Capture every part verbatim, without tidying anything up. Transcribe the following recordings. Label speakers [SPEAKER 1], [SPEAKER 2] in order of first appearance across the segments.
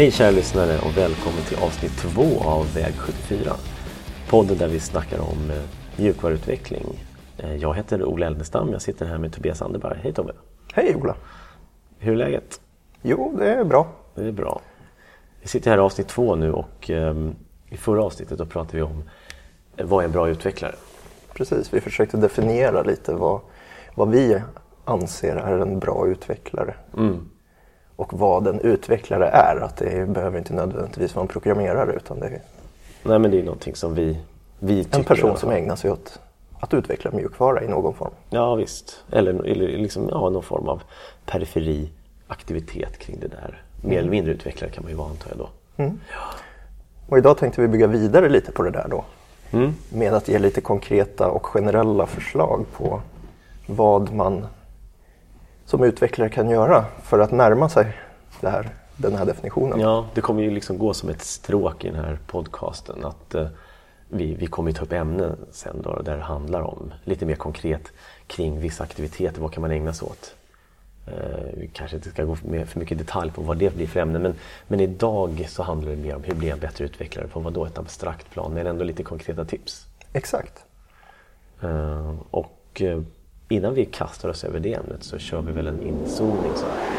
[SPEAKER 1] Hej kära lyssnare och välkommen till avsnitt två av Väg sjuttiofyra. Podden där vi snackar om eh, mjukvaruutveckling. Eh, jag heter Ola Eldestam, jag sitter här med Tobias Anderberg. Hej Tobbe.
[SPEAKER 2] Hej Ola.
[SPEAKER 1] Hur är läget?
[SPEAKER 2] Jo, det är bra.
[SPEAKER 1] Det är bra. Vi sitter här i avsnitt två nu och eh, i förra avsnittet då pratade vi om eh, vad är en bra utvecklare.
[SPEAKER 2] Precis, vi försökte definiera lite vad, vad vi anser är en bra utvecklare.
[SPEAKER 1] Mm.
[SPEAKER 2] Och vad en utvecklare är, att det behöver inte nödvändigtvis vara en programmerare utan det är
[SPEAKER 1] Nej, men det är någonting som vi, vi tycker.
[SPEAKER 2] en person som ägnar sig åt att utveckla mjukvara i någon form.
[SPEAKER 1] Ja visst, eller, eller liksom, ja, någon form av periferi aktivitet kring det där. Mer eller mindre utvecklare kan man ju vara, antar jag då.
[SPEAKER 2] Mm. Ja. Och idag tänkte vi bygga vidare lite på det där då.
[SPEAKER 1] Mm.
[SPEAKER 2] Med att ge lite konkreta och generella förslag på vad man som utvecklare kan göra för att närma sig det här, den här definitionen.
[SPEAKER 1] Ja, det kommer ju liksom gå som ett stråk i den här podcasten. Att eh, vi, vi kommer ju ta upp ämnen sen då, där det handlar om lite mer konkret kring vissa aktiviteter. Vad kan man ägna sig åt? Eh, vi kanske inte ska gå med för mycket detalj på vad det blir för ämnen. Men, men idag så handlar det mer om hur blir jag bättre utvecklare på vad då ett abstrakt plan. Men ändå lite konkreta tips.
[SPEAKER 2] Exakt.
[SPEAKER 1] Eh, och... Eh, Innan vi kastar oss över det ämnet så kör vi väl en inzoomning så här.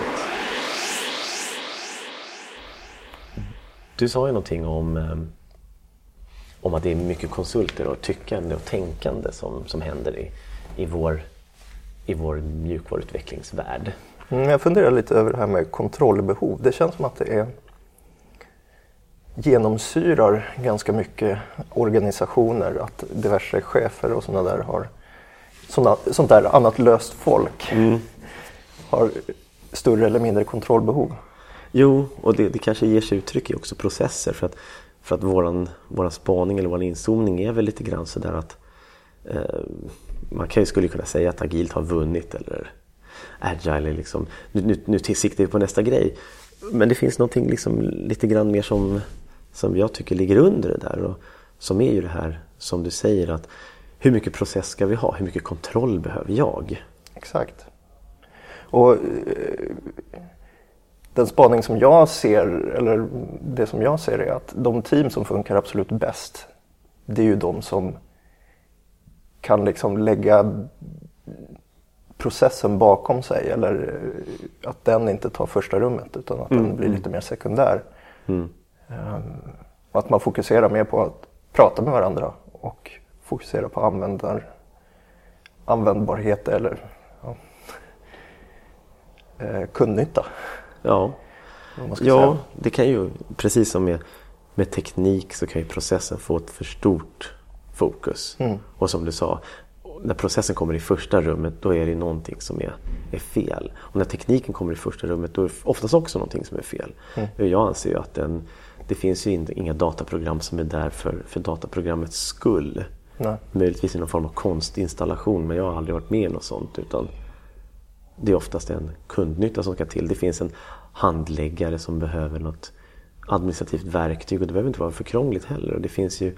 [SPEAKER 1] Du sa ju någonting om, om att det är mycket konsulter och tyckande och tänkande som, som händer i, i, vår, i vår mjukvaruutvecklingsvärld.
[SPEAKER 2] Mm, jag funderar lite över det här med kontrollbehov. Det känns som att det är genomsyrar ganska mycket organisationer, att diverse chefer och sådana där har Såna, sånt där annat löst folk
[SPEAKER 1] mm.
[SPEAKER 2] har större eller mindre kontrollbehov.
[SPEAKER 1] Jo, och det, det kanske ger sig uttryck i också processer. För att, för att våran, våran spaning eller våran inzoomning är väl lite grann sådär att eh, man kan ju skulle kunna säga att agilt har vunnit eller agile liksom. Nu, nu, nu siktar vi på nästa grej. Men det finns någonting liksom lite grann mer som, som jag tycker ligger under det där. Och som är ju det här som du säger att hur mycket process ska vi ha? Hur mycket kontroll behöver jag?
[SPEAKER 2] Exakt. Och eh, den spaning som jag ser, eller det som jag ser är att de team som funkar absolut bäst, det är ju de som kan liksom lägga processen bakom sig, eller att den inte tar första rummet utan att mm. den blir lite mer sekundär. Mm. Um, och att man fokuserar mer på att prata med varandra och fokusera på användar, användbarhet eller ja, eh, kundnytta.
[SPEAKER 1] Ja,
[SPEAKER 2] man ska
[SPEAKER 1] ja
[SPEAKER 2] säga.
[SPEAKER 1] Det kan ju, precis som med, med teknik så kan ju processen få ett för stort fokus. Mm. Och som du sa, när processen kommer i första rummet då är det någonting som är, är fel. Och när tekniken kommer i första rummet då är det oftast också någonting som är fel. Mm. Jag anser ju att den, det finns ju inga dataprogram som är där för, för dataprogrammets skull. Nej. Möjligtvis i någon form av konstinstallation, men jag har aldrig varit med i något sånt, utan det är oftast en kundnytta som ska till. Det finns en handläggare som behöver något administrativt verktyg och det behöver inte vara för krångligt heller. Och det finns ju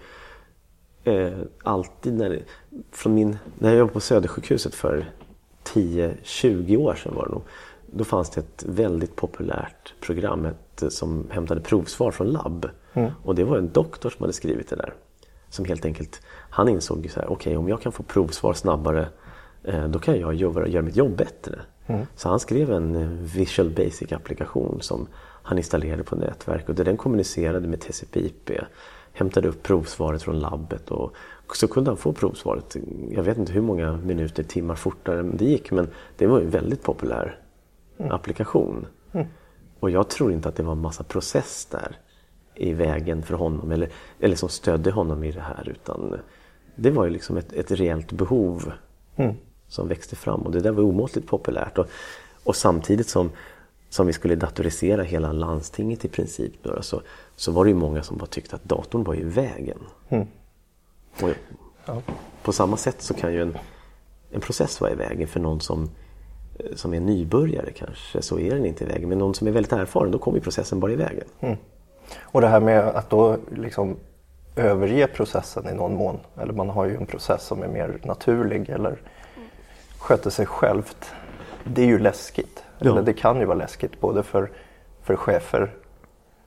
[SPEAKER 1] eh, alltid när, det, från min, när jag jobbade på Södersjukhuset för tio tjugo år sedan var det nog, då fanns det ett väldigt populärt program ett, som hämtade provsvar från labb. Mm. Och det var en doktor som hade skrivit det där. Som helt enkelt, han insåg ju så här, okej okay, om jag kan få provsvar snabbare eh, då kan jag göra, göra mitt jobb bättre. Mm. Så han skrev en Visual Basic applikation som han installerade på nätverk och där den kommunicerade med T C P I P, hämtade upp provsvaret från labbet och så kunde han få provsvaret, jag vet inte hur många minuter, timmar fortare det gick, men det var ju en väldigt populär mm. applikation. Mm. Och jag tror inte att det var en massa process där i vägen för honom eller, eller som stödde honom i det här, utan det var ju liksom ett, ett reellt behov mm. som växte fram och det där var omåtligt populärt och, och samtidigt som, som vi skulle datorisera hela landstinget i princip då, så, så var det ju många som bara tyckte att datorn var i vägen. Mm. Och ja. På samma sätt så kan ju en, en process vara i vägen för någon som, som är nybörjare kanske, så är den inte i vägen, men någon som är väldigt erfaren, då kommer ju processen bara i vägen. Mm.
[SPEAKER 2] Och det här med att då liksom överge processen i någon mån, eller man har ju en process som är mer naturlig eller sköter sig självt, det är ju läskigt. Ja. Eller det kan ju vara läskigt både för, för chefer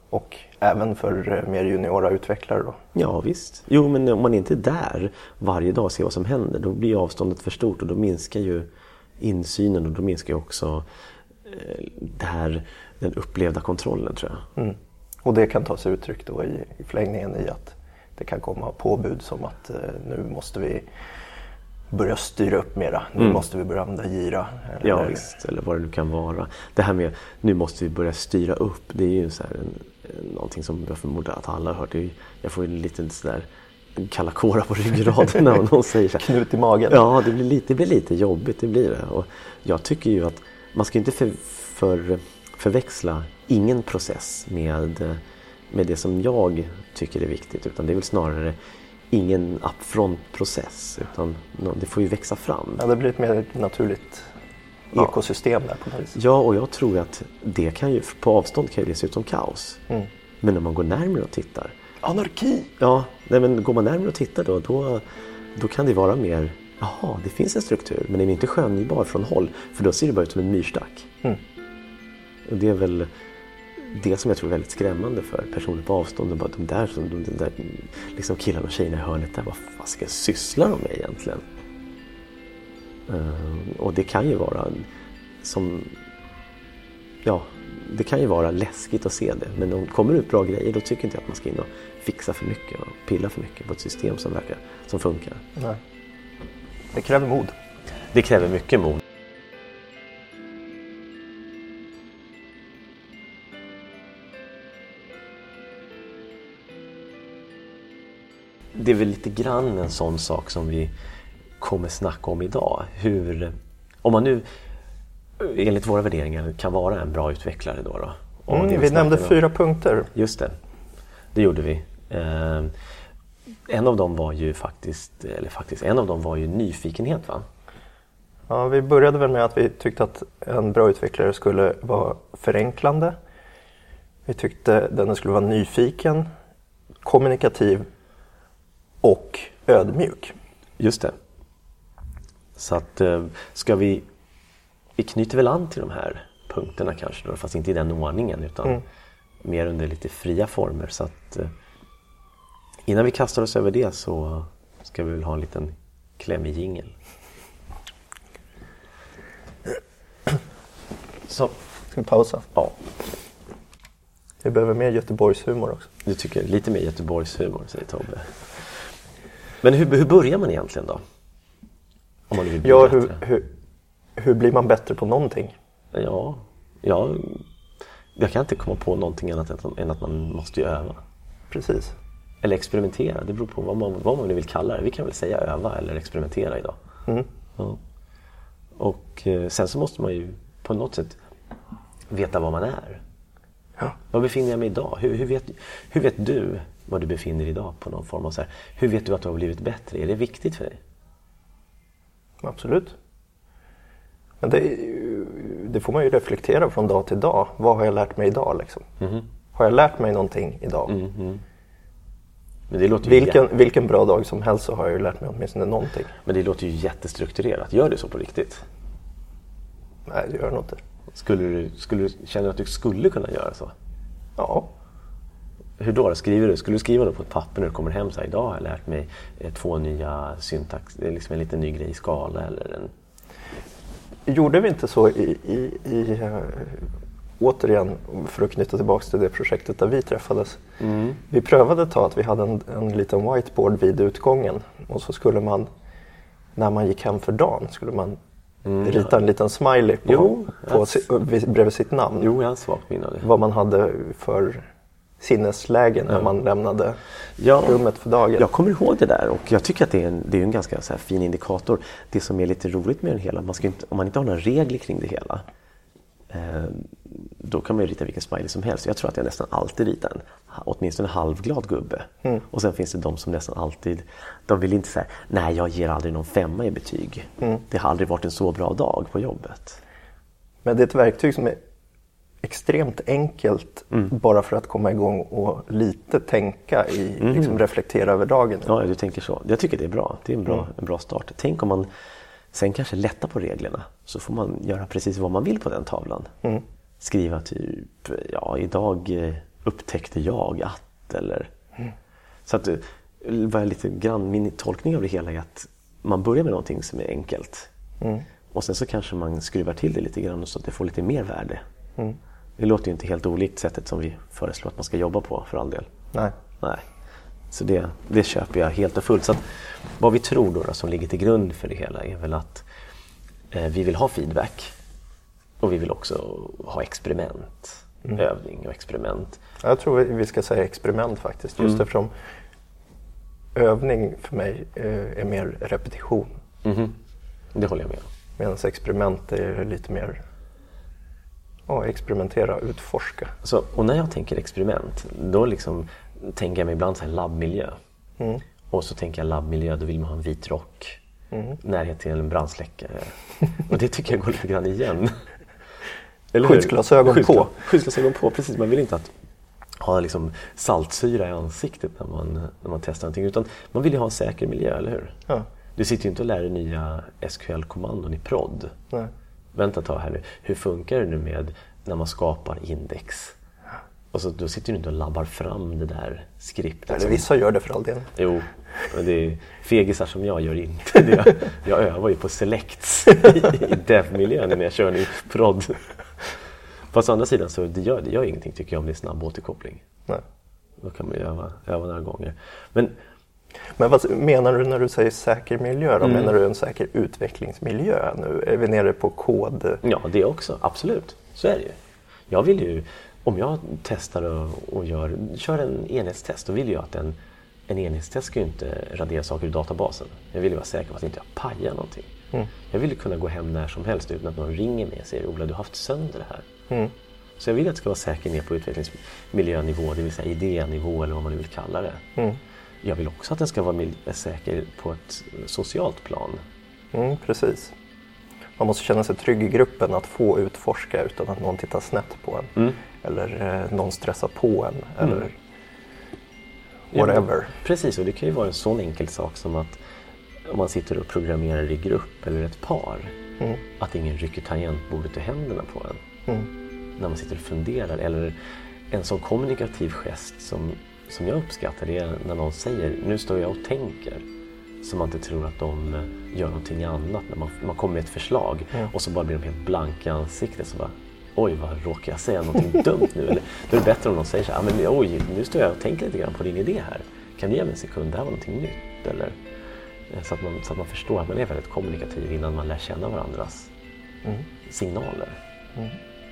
[SPEAKER 2] Och även för mer juniora utvecklare då?
[SPEAKER 1] Ja visst. Jo, men om man inte är där varje dag och ser vad som händer, då blir avståndet för stort och då minskar ju insynen och då minskar ju också eh, det här, den upplevda kontrollen, tror jag.
[SPEAKER 2] Mm. Och det kan ta sig uttryck då i, i förlängningen i att det kan komma påbud som att eh, nu måste vi börja styra upp mera. Nu mm. måste vi börja använda gira. Eller...
[SPEAKER 1] Ja visst, eller vad det nu kan vara. Det här med nu måste vi börja styra upp, det är ju så här en, någonting som jag förmodar att alla har hört. Det är, jag får ju en liten sådär kalla kåra på ryggraden när någon säger så här.
[SPEAKER 2] Knut i magen.
[SPEAKER 1] Ja, det blir, lite, det blir lite jobbigt, det blir det. Och jag tycker ju att man ska inte för, för, förväxla ingen process med, med det som jag tycker är viktigt. Utan det är väl snarare ingen upfront-process, utan det får ju växa fram.
[SPEAKER 2] Ja, det blir ett mer naturligt ekosystem där på något vis.
[SPEAKER 1] Ja, och jag tror att det kan ju, på avstånd kan ju det se ut som kaos. Mm. Men när man går närmare och tittar...
[SPEAKER 2] Anarki!
[SPEAKER 1] Ja, nej, men går man närmare och tittar då, då, då kan det vara mer... Jaha, det finns en struktur, men den är inte skönjbar från håll. För då ser det bara ut som en myrstack. Mm. Och det är väl det som jag tror är väldigt skrämmande för personer på avstånd. Och bara de där, de, de där liksom killarna och tjejerna i hörnet där, vad fan ska jag syssla de med egentligen? Uh, och det kan ju vara som... Ja, det kan ju vara läskigt att se det. Men om det kommer ut bra grejer, då tycker inte jag att man ska in och fixa för mycket och pilla för mycket på ett system som verkar, som funkar.
[SPEAKER 2] Nej. Det kräver mod.
[SPEAKER 1] Det kräver mycket mod. Det är väl lite grann en sån sak som vi kommer snacka om idag. Hur, om man nu enligt våra värderingar kan vara en bra utvecklare då. då.
[SPEAKER 2] Mm, vi, vi nämnde fyra punkter.
[SPEAKER 1] Just det, det gjorde vi. Eh, en av dem var ju faktiskt, eller faktiskt, en av dem var ju nyfikenhet, va?
[SPEAKER 2] Ja, vi började väl med att vi tyckte att en bra utvecklare skulle vara förenklande. Vi tyckte att den skulle vara nyfiken, kommunikativ och ödmjuk.
[SPEAKER 1] Just det. Så att ska vi, vi knyter väl an till de här punkterna kanske då, fast inte i den ordningen utan mm. mer under lite fria former. Så att innan vi kastar oss över det så ska vi väl ha en liten klämmig jingle. Så.
[SPEAKER 2] Ska vi pausa?
[SPEAKER 1] Ja.
[SPEAKER 2] Vi behöver mer Göteborgshumor också.
[SPEAKER 1] Du tycker lite mer Göteborgshumor, säger Tobbe. Men hur, hur börjar man egentligen då? Om man vill bli
[SPEAKER 2] ja,
[SPEAKER 1] bättre.
[SPEAKER 2] hur, hur, hur blir man bättre på någonting?
[SPEAKER 1] Ja, ja, jag kan inte komma på någonting annat än att man måste öva.
[SPEAKER 2] Precis.
[SPEAKER 1] Eller experimentera, det beror på vad man, vad man vill kalla det. Vi kan väl säga öva eller experimentera idag. Mm. Ja. Och eh, sen så måste man ju på något sätt veta vad man är.
[SPEAKER 2] Ja.
[SPEAKER 1] Var befinner jag mig idag? Hur, hur, vet, hur vet du var du befinner dig idag på någon form av så här? Hur vet du att du har blivit bättre? Är det viktigt för dig?
[SPEAKER 2] Absolut. Men det, det får man ju reflektera från dag till dag. Vad har jag lärt mig idag liksom? Mm-hmm. Har jag lärt mig någonting idag?
[SPEAKER 1] Mm-hmm. Men det låter
[SPEAKER 2] vilken,
[SPEAKER 1] jätte...
[SPEAKER 2] vilken bra dag som helst så har jag ju lärt mig åtminstone någonting.
[SPEAKER 1] Men det låter ju jättestrukturerat. Gör det så på riktigt?
[SPEAKER 2] Nej, det gör jag inte.
[SPEAKER 1] Skulle du, skulle du känna att du skulle kunna göra så?
[SPEAKER 2] Ja.
[SPEAKER 1] Hur då? Skriver du? Skulle du skriva då på ett papper när du kommer hem så här, idag har jag lärt mig eh, två nya syntax, det är liksom en liten ny grej i skala eller en...
[SPEAKER 2] Gjorde vi inte så i, i, i uh, återigen för att knyta tillbaka till det projektet där vi träffades. Mm. Vi prövade ett tag att vi hade en, en liten whiteboard vid utgången och så skulle man, när man gick hem för dagen, skulle man mm, rita ja. en liten smiley på, jo, på si, bredvid sitt namn.
[SPEAKER 1] Jo, jag har svagt minne av det.
[SPEAKER 2] Vad man hade för sinneslägen när ja. man lämnade ja, rummet för dagen.
[SPEAKER 1] Jag kommer ihåg det där och jag tycker att det är en, det är en ganska så här fin indikator. Det som är lite roligt med den hela, man ska inte, om man inte har några regler kring det hela, eh, då kan man ju rita vilken smiley som helst. Jag tror att jag nästan alltid ritar en åtminstone en halvglad gubbe. Mm. Och sen finns det de som nästan alltid, de vill inte säga, nej jag ger aldrig någon femma i betyg. Mm. Det har aldrig varit en så bra dag på jobbet.
[SPEAKER 2] Men det är ett verktyg som är extremt enkelt mm. bara för att komma igång och lite tänka i, mm. liksom reflektera över dagen.
[SPEAKER 1] Ja, du tänker så. Jag tycker det är bra. Det är en bra, mm. en bra start. Tänk om man sen kanske lättar på reglerna så får man göra precis vad man vill på den tavlan. Mm. Skriva typ, ja idag, upptäckte jag att eller mm. så att det var lite grann min tolkning av det hela är att man börjar med någonting som är enkelt mm. och sen så kanske man skruvar till det lite grann så att det får lite mer värde. Mm. Det låter ju inte helt olikt sättet som vi föreslår att man ska jobba på för all del.
[SPEAKER 2] Nej.
[SPEAKER 1] Nej. Så det, det köper jag helt och fullt. Så att vad vi tror då, då som ligger till grund för det hela är väl att eh, vi vill ha feedback och vi vill också ha experiment, mm. övning och experiment.
[SPEAKER 2] Jag tror vi ska säga experiment faktiskt, just mm. eftersom övning för mig eh, är mer repetition.
[SPEAKER 1] Mm. Det håller jag med om.
[SPEAKER 2] Medan experiment är lite mer ja, experimentera, utforska.
[SPEAKER 1] Så, och när jag tänker experiment, då liksom tänker jag mig ibland så här labbmiljö. Mm. Och så tänker jag labbmiljö, då vill man ha en vit rock. Mm. Närhet till en brandsläckare. Och det tycker jag går lite grann igen.
[SPEAKER 2] Eller skyddsglasögon Skyddsgla- på.
[SPEAKER 1] Skyddsglasögon på, precis. Man vill inte att ha liksom saltsyra i ansiktet när man, när man testar någonting. Utan man vill ju ha en säker miljö, eller hur? Ja. Du sitter ju inte och lär dig nya S Q L-kommandon i prod. Nej. Vänta ett tag här nu. Hur funkar det nu med när man skapar index? Och så, då sitter du inte och labbar fram det där skriptet.
[SPEAKER 2] Eller vissa gör det för all del.
[SPEAKER 1] Jo, men det är fegisar som jag gör inte det. Jag, jag övar ju på selects i, i dev-miljön när jag kör i prod. Fast å andra sidan så det gör det gör ingenting tycker jag om det är snabb återkoppling. Nej. Då kan man ju öva, öva några gånger. Men,
[SPEAKER 2] men vad menar du när du säger säker miljö? Då? Mm. Menar du en säker utvecklingsmiljö? Nu är vi nere på kod.
[SPEAKER 1] Ja, det också. Absolut. Så är det ju. Jag vill ju, om jag testar och, och gör, kör en enhetstest, då vill jag att en, en enhetstest ska ju inte radera saker i databasen. Jag vill ju vara säker på att inte jag pajar någonting. Mm. Jag vill ju kunna gå hem när som helst utan att någon ringer mig och säger Ola, du har haft sönder det här. Mm. Så jag vill att det ska vara säker ner på utvecklingsmiljönivå, det vill säga idénivå eller vad man nu vill kalla det. Mm. Jag vill också att den ska vara mil- säker på ett socialt plan.
[SPEAKER 2] Mm, precis. Man måste känna sig trygg i gruppen att få utforska utan att någon tittar snett på en. Mm. Eller eh, någon stressar på en. Mm. Eller whatever.
[SPEAKER 1] Ja, precis, och det kan ju vara en sån enkel sak som att om man sitter och programmerar i grupp eller ett par. Mm. Att ingen rycker tangentbordet i händerna på en. Mm. När man sitter och funderar. Eller en sån kommunikativ gest som, som jag uppskattar det är när någon säger nu står jag och tänker. Så man inte tror att de gör någonting annat när man, man kommer med ett förslag. Mm. Och så bara blir de helt blanka i ansiktet. Så bara, oj vad råkar jag säga någonting dumt nu? Eller, då är det bättre om någon säger så här, men oj nu står jag och tänker lite grann på din idé här. Kan du ge mig en sekund, det här var någonting nytt. Eller, så, att man, så att man förstår att man är väldigt kommunikativ innan man lär känna varandras mm. signaler. Mm.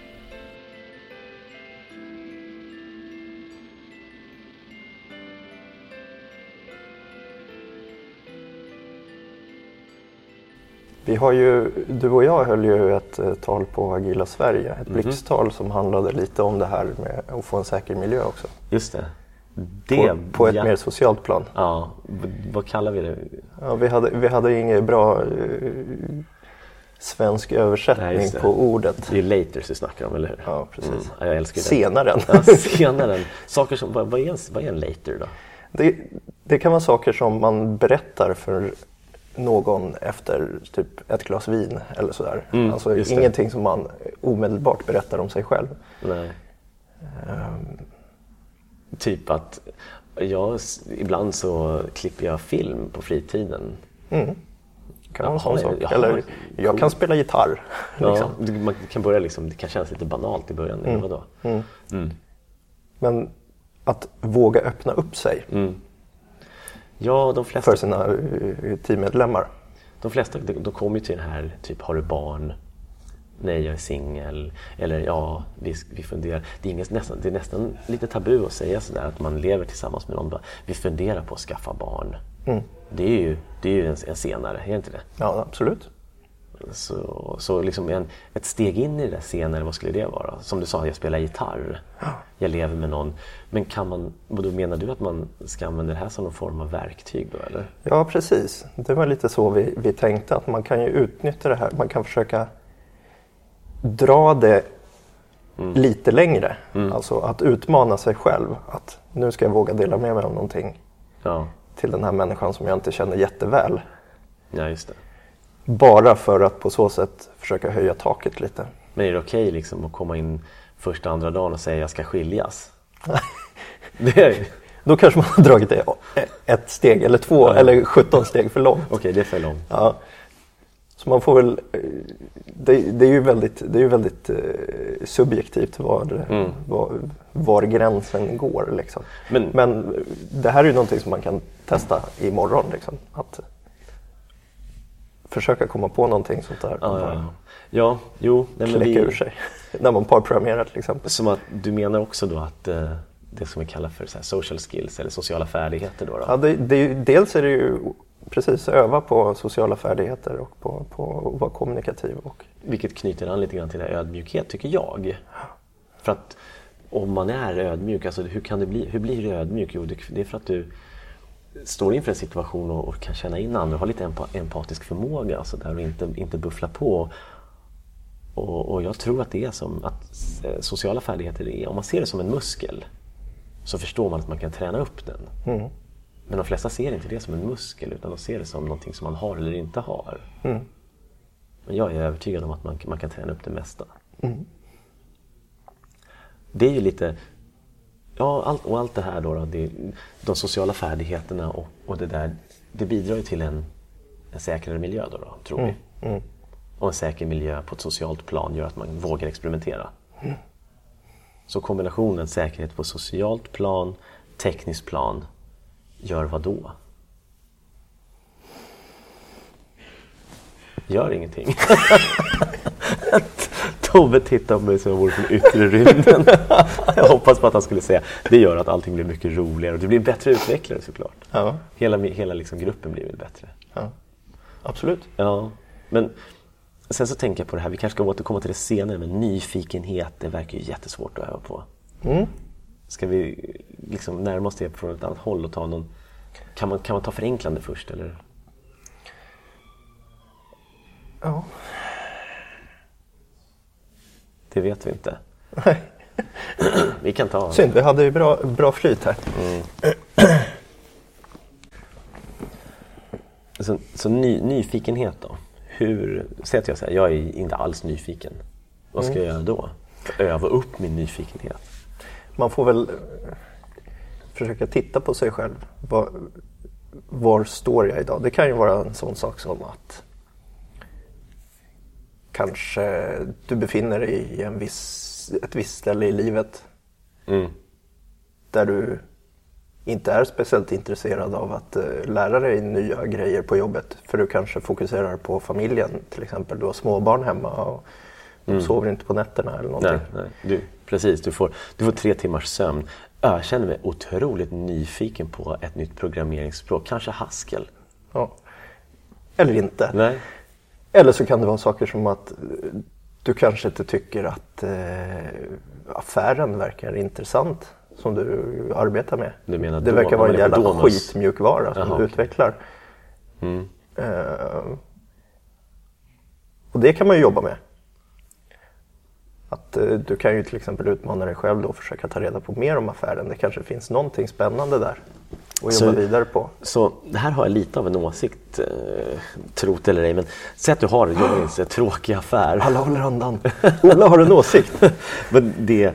[SPEAKER 2] Vi har ju, du och jag höll ju ett tal på Agila Sverige, ett mm-hmm. blixttal som handlade lite om det här med att få en säker miljö också.
[SPEAKER 1] Just det. det
[SPEAKER 2] på, på ett ja. mer socialt plan.
[SPEAKER 1] Ja, vad kallar vi det?
[SPEAKER 2] Ja, vi hade, vi hade ingen bra uh, svensk översättning Nej, på ordet.
[SPEAKER 1] Det är laters vi snackar om, eller hur?
[SPEAKER 2] Ja, precis. Mm,
[SPEAKER 1] jag älskar det.
[SPEAKER 2] Senaren.
[SPEAKER 1] Ja, senaren. Saker som, vad, vad, är en, vad är en later då?
[SPEAKER 2] Det, det kan vara saker som man berättar för någon efter typ ett glas vin eller sådär. Mm, alltså ingenting som man omedelbart berättar om sig själv.
[SPEAKER 1] Nej. Um. Typ att jag ibland så klipper jag film på fritiden.
[SPEAKER 2] Mm. Kan man ha sak. Eller jag cool. kan spela gitarr.
[SPEAKER 1] Liksom. Ja, man kan börja liksom, det kan kännas lite banalt i början. Mm. Vadå? Mm.
[SPEAKER 2] Mm. Men att våga öppna upp sig. Mm.
[SPEAKER 1] Ja, de flesta,
[SPEAKER 2] för sina uh, teammedlemmar.
[SPEAKER 1] De flesta de kommer ju till den här typ, har du barn? Nej, jag är singel. Eller ja, vi, vi funderar. Det är, inget, nästan, det är nästan lite tabu att säga sådär att man lever tillsammans med någon. Vi funderar på att skaffa barn. Mm. Det är ju, det är ju en, en senare, är inte det?
[SPEAKER 2] Ja, absolut.
[SPEAKER 1] Så, så liksom en, ett steg in i det där senare, vad skulle det vara? Som du sa, jag spelar gitarr. Jag lever med någon. Men kan man, då menar du att man ska använda det här som någon form av verktyg då, eller?
[SPEAKER 2] Ja, precis. Det var lite så vi, vi tänkte att man kan ju utnyttja det här. Man kan försöka dra det mm. lite längre. Mm. Alltså att utmana sig själv. Att nu ska jag våga dela med mig om någonting. Ja. Till den här människan som jag inte känner jätteväl.
[SPEAKER 1] Ja, just det.
[SPEAKER 2] Bara för att på så sätt försöka höja taket lite.
[SPEAKER 1] Men är det okej liksom att komma in första andra dagen och säga jag ska skiljas? Det är...
[SPEAKER 2] Då kanske man har dragit det ett steg eller två ja. eller sjutton steg för långt.
[SPEAKER 1] Okej, okay, det är för långt.
[SPEAKER 2] Ja. Så man får väl, det, det är ju väldigt, det är ju väldigt eh, subjektivt var, mm. var, var gränsen går. Liksom. Men, Men det här är ju någonting som man kan testa imorgon. Liksom, att försöka komma på någonting sånt där.
[SPEAKER 1] Ja, ja, ja. ja jo.
[SPEAKER 2] Nej, men kläcka vi... ur sig. När man parprogrammerar till exempel.
[SPEAKER 1] Som att du menar också då att eh, det som vi kallar för så här social skills eller sociala färdigheter då? då?
[SPEAKER 2] Ja, det, det, dels är det ju precis öva på sociala färdigheter och på, på att vara kommunikativ. Och...
[SPEAKER 1] Vilket knyter an lite grann till det här ödmjukhet tycker jag. För att om man är ödmjuk, alltså hur kan det bli, hur blir du ödmjuk? Jo, det är för att du står inför en situation och, och kan känna in andra och har lite emp- empatisk förmåga alltså där och inte, inte buffla på. Och, och jag tror att det är som att sociala färdigheter är, om man ser det som en muskel så förstår man att man kan träna upp den. Mm. Men de flesta ser inte det som en muskel utan de ser det som någonting som man har eller inte har. Mm. Men jag är övertygad om att man, man kan träna upp det mesta. Mm. Det är ju lite, ja allt, och allt det här då, då det, de sociala färdigheterna och, och det där, det bidrar ju till en, en säkrare miljö då, då tror mm. vi. Mm. Och en säker miljö på ett socialt plan gör att man vågar experimentera. Mm. Så kombinationen säkerhet på socialt plan, tekniskt plan, gör vad då? Gör ingenting. Tobbe tittar på mig som jag vore från yttre rymden. Jag hoppas på att han skulle säga det gör att allting blir mycket roligare och det blir bättre utvecklare såklart. Ja. Hela, hela liksom gruppen blir väl bättre.
[SPEAKER 2] Ja. Absolut.
[SPEAKER 1] Ja, men sen så tänker jag på det här, vi kanske ska återkomma till det senare, men nyfikenhet, det verkar ju jättesvårt att öva på. Mm. Ska vi liksom närma oss det från ett annat håll och ta någon, kan man, kan man ta förenklande först eller?
[SPEAKER 2] Ja.
[SPEAKER 1] Det vet vi inte. Vi kan ta...
[SPEAKER 2] Synd, vi hade ju bra, bra flyt här. Mm.
[SPEAKER 1] Så, så ny, nyfikenhet då? Hur, säg att jag säger, jag är inte alls nyfiken. Vad ska mm. jag göra då? Öva upp min nyfikenhet.
[SPEAKER 2] Man får väl försöka titta på sig själv. Var, var står jag idag? Det kan ju vara en sån sak som att kanske du befinner dig i en viss, ett visst ställe i livet mm. där du inte är speciellt intresserad av att uh, lära dig nya grejer på jobbet. För du kanske fokuserar på familjen till exempel. Du har småbarn hemma och de mm. sover inte på nätterna eller någonting.
[SPEAKER 1] Nej, nej. Du, precis, du får, du får tre timmars sömn. Jag känner mig otroligt nyfiken på ett nytt programmeringsspråk. Kanske Haskell.
[SPEAKER 2] Ja. Eller inte.
[SPEAKER 1] Nej.
[SPEAKER 2] Eller så kan det vara saker som att du kanske inte tycker att eh, affären verkar intressant som du arbetar med.
[SPEAKER 1] Du menar
[SPEAKER 2] det
[SPEAKER 1] då,
[SPEAKER 2] verkar vara en jävla
[SPEAKER 1] Domus.
[SPEAKER 2] skitmjukvara som
[SPEAKER 1] Jaha,
[SPEAKER 2] du
[SPEAKER 1] okay.
[SPEAKER 2] utvecklar. Mm. Uh, och det kan man ju jobba med. Att uh, du kan ju till exempel utmana dig själv då och försöka ta reda på mer om affären. Det kanske finns någonting spännande där att så, jobba vidare på.
[SPEAKER 1] Så det här har jag lite av en åsikt, eh, trot eller ej, men säg att du har jobbat i en tråkig affär.
[SPEAKER 2] Alla håller andan. Alla har en åsikt.
[SPEAKER 1] Men det,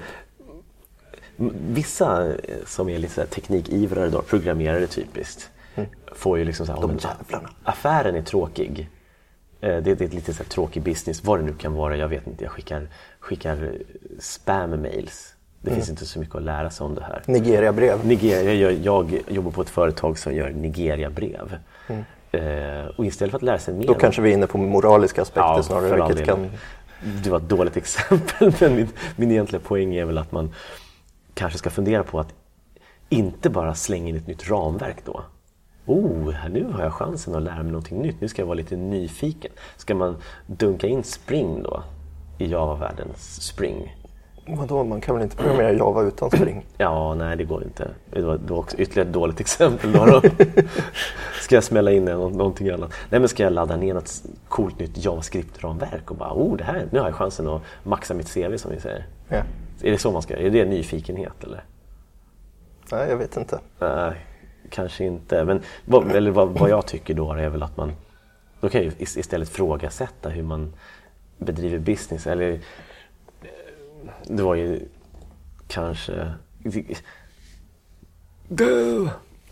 [SPEAKER 1] vissa som är lite så här teknikivrare då, programmerare typiskt, mm. får ju liksom så här,
[SPEAKER 2] de jävlarna.
[SPEAKER 1] Affären är tråkig. Eh, det, det är ett lite så här tråkig business, vad det nu kan vara, jag vet inte, jag skickar, skickar spam-mails. Det mm. finns inte så mycket att lära sig om det här.
[SPEAKER 2] Nigeria-brev.
[SPEAKER 1] Nigeria, jag, jag jobbar på ett företag som gör Nigeria-brev. Mm. Eh, och istället för att lära sig mer...
[SPEAKER 2] Då kanske vi är inne på moraliska aspekter ja, snarare. Vilket kan...
[SPEAKER 1] Det var ett dåligt exempel, men min, min egentliga poäng är väl att man kanske ska fundera på att inte bara slänga in ett nytt ramverk då. Oh, nu har jag chansen att lära mig någonting nytt. Nu ska jag vara lite nyfiken. Ska man dunka in Spring då? I Java-världens Spring.
[SPEAKER 2] Vadå? Man kan väl inte programmera Java utan Spring?
[SPEAKER 1] Ja, nej det går inte. Det var, det var också ytterligare ett dåligt exempel då. då. Ska jag smälla in nå- någonting annat? Nej, men ska jag ladda ner något coolt nytt JavaScript-ramverk och bara, oh, det här, nu har jag chansen att maxa mitt C V som vi säger. Ja. Är det så man ska göra? Är det nyfikenhet eller?
[SPEAKER 2] Nej, jag vet inte.
[SPEAKER 1] Nej, kanske inte. Men vad, eller vad, vad jag tycker då är väl att man då kan ju istället frågasätta hur man bedriver business. Eller det var ju kanske Du!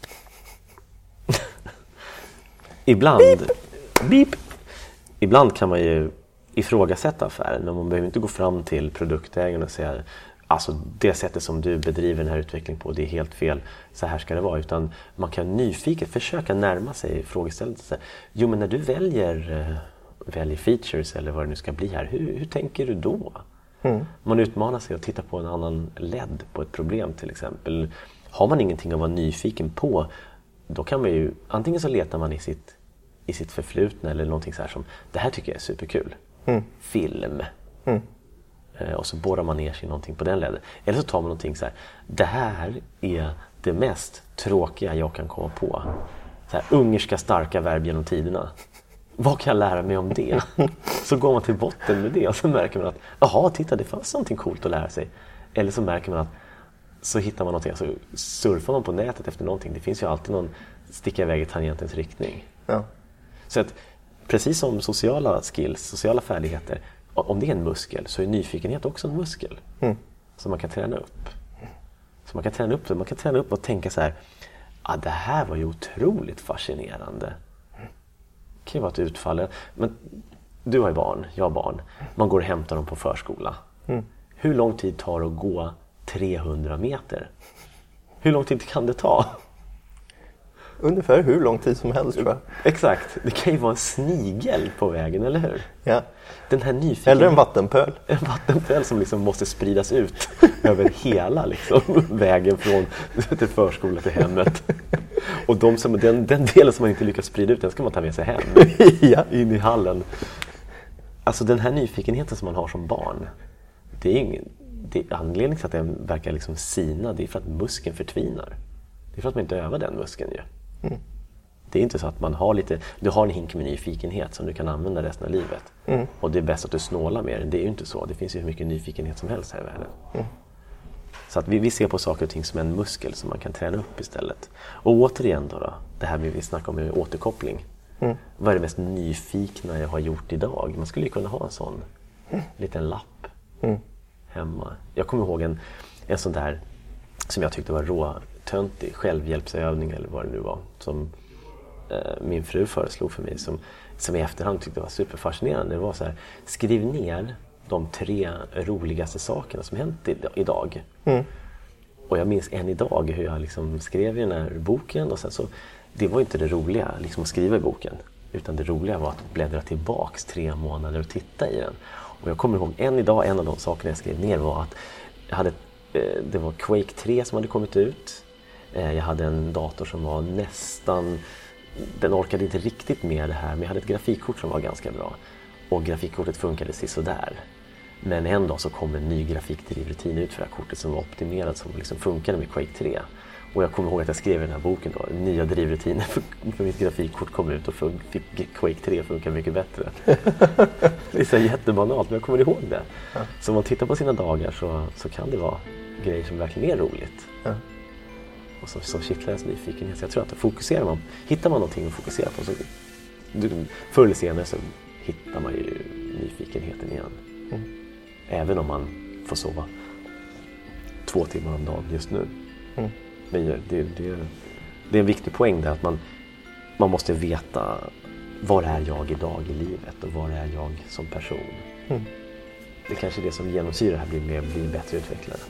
[SPEAKER 1] Ibland... Beep. Ibland kan man ju ifrågasätta affären, men man behöver inte gå fram till produktägaren och säga alltså det sättet som du bedriver den här utvecklingen på, det är helt fel, så här ska det vara. Utan man kan nyfiket försöka närma sig frågeställningen. Jo, men när du väljer, väljer features eller vad det nu ska bli här, hur, hur tänker du då? Mm. Man utmanar sig att titta på en annan L E D på ett problem till exempel. Har man ingenting att vara nyfiken på, då kan man ju, antingen så letar man i sitt, i sitt förflutna eller någonting så här som, det här tycker jag är superkul. Mm. Film. Mm. Eh, och så borrar man ner sig i någonting på den ledden. Eller så tar man någonting så här, det här är det mest tråkiga jag kan komma på. Så här, ungerska starka verb genom tiderna. Vad kan jag lära mig om det? Så går man till botten med det och så märker man att, jaha, titta, det fanns någonting coolt att lära sig. Eller så märker man att, så hittar man någonting, så surfar man på nätet efter någonting. Det finns ju alltid någon sticka iväg i tangentens riktning. Ja. Så att precis som sociala skills, sociala färdigheter, om det är en muskel så är nyfikenhet också en muskel. Mm. Som man kan träna upp. Så man kan träna upp det. Man kan träna upp och tänka så här, ah, det här var ju otroligt fascinerande. Det kan ju vara ett utfall. Men du har ju barn, jag har barn. Man går och hämtar dem på förskola. Mm. Hur lång tid tar det att gå trehundra meter? Hur lång tid kan det ta?
[SPEAKER 2] Ungefär hur lång tid som helst, tror jag.
[SPEAKER 1] Exakt. Det kan ju vara en snigel på vägen, eller hur?
[SPEAKER 2] Ja.
[SPEAKER 1] Den här nyfiken...
[SPEAKER 2] Eller en vattenpöl.
[SPEAKER 1] En vattenpöl som liksom måste spridas ut över hela liksom, vägen från till förskola till hemmet. Och de som, den, den delen som man inte lyckas sprida ut, den ska man ta med sig hem. Ja. In i hallen. Alltså den här nyfikenheten som man har som barn, det är ingen... Det är anledningen till att den verkar liksom sina, det är för att muskeln förtvinar. Det är för att man inte övar den muskeln ju. Mm. Det är inte så att man har lite, du har en hink med nyfikenhet som du kan använda resten av livet. Mm. Och det är bäst att du snålar med den. Det är ju inte så. Det finns ju hur mycket nyfikenhet som helst här i världen. Mm. Så att vi, vi ser på saker och ting som en muskel som man kan träna upp istället. Och återigen då, då det här med vi snackar om återkoppling. Mm. Vad är det mest nyfikna jag har gjort idag? Man skulle ju kunna ha en sån mm. liten lapp mm. hemma. Jag kommer ihåg en, en sån där som jag tyckte var råtöntig självhjälpsövning eller vad det nu var, som eh, min fru föreslog för mig, som, som i efterhand tyckte var superfascinerande. Det var så här, skriv ner de tre roligaste sakerna som hänt i, idag. Mm. Och jag minns än idag hur jag liksom skrev i den här boken, och sen så, det var inte det roliga liksom att skriva i boken, utan det roliga var att bläddra tillbaks tre månader och titta i den. Och jag kommer ihåg än idag, en av de sakerna jag skrev ner var att jag hade, det var Quake tre som hade kommit ut. Jag hade en dator som var nästan, den orkade inte riktigt med det här, men jag hade ett grafikkort som var ganska bra. Och grafikkortet funkade sådär. Men en dag så kom en ny grafikdrivrutin ut för det här kortet som var optimerad, som liksom funkade med Quake tre. Och jag kommer ihåg att jag skrev i den här boken då, nya drivrutiner för, för mitt grafikkort kom ut och fun- fick Quake tre funkar mycket bättre. Det är så jättebanalt, men jag kommer ihåg det. Ja. Så om man tittar på sina dagar så, så kan det vara grejer som verkligen är roligt. Ja. Och så, så kittlar ens nyfikenhet. Så jag tror att fokuserar man, hittar man någonting att fokusera på, så du, förr eller senare så hittar man ju nyfikenheten igen. Mm. Även om man får sova två timmar om dagen just nu. Mm. Men det, det, det är en viktig poäng där, att man, man måste veta var är jag idag i livet och var är jag som person. Mm. Det är kanske det som genomsyrar det här, blir mer, blir bättre utvecklare.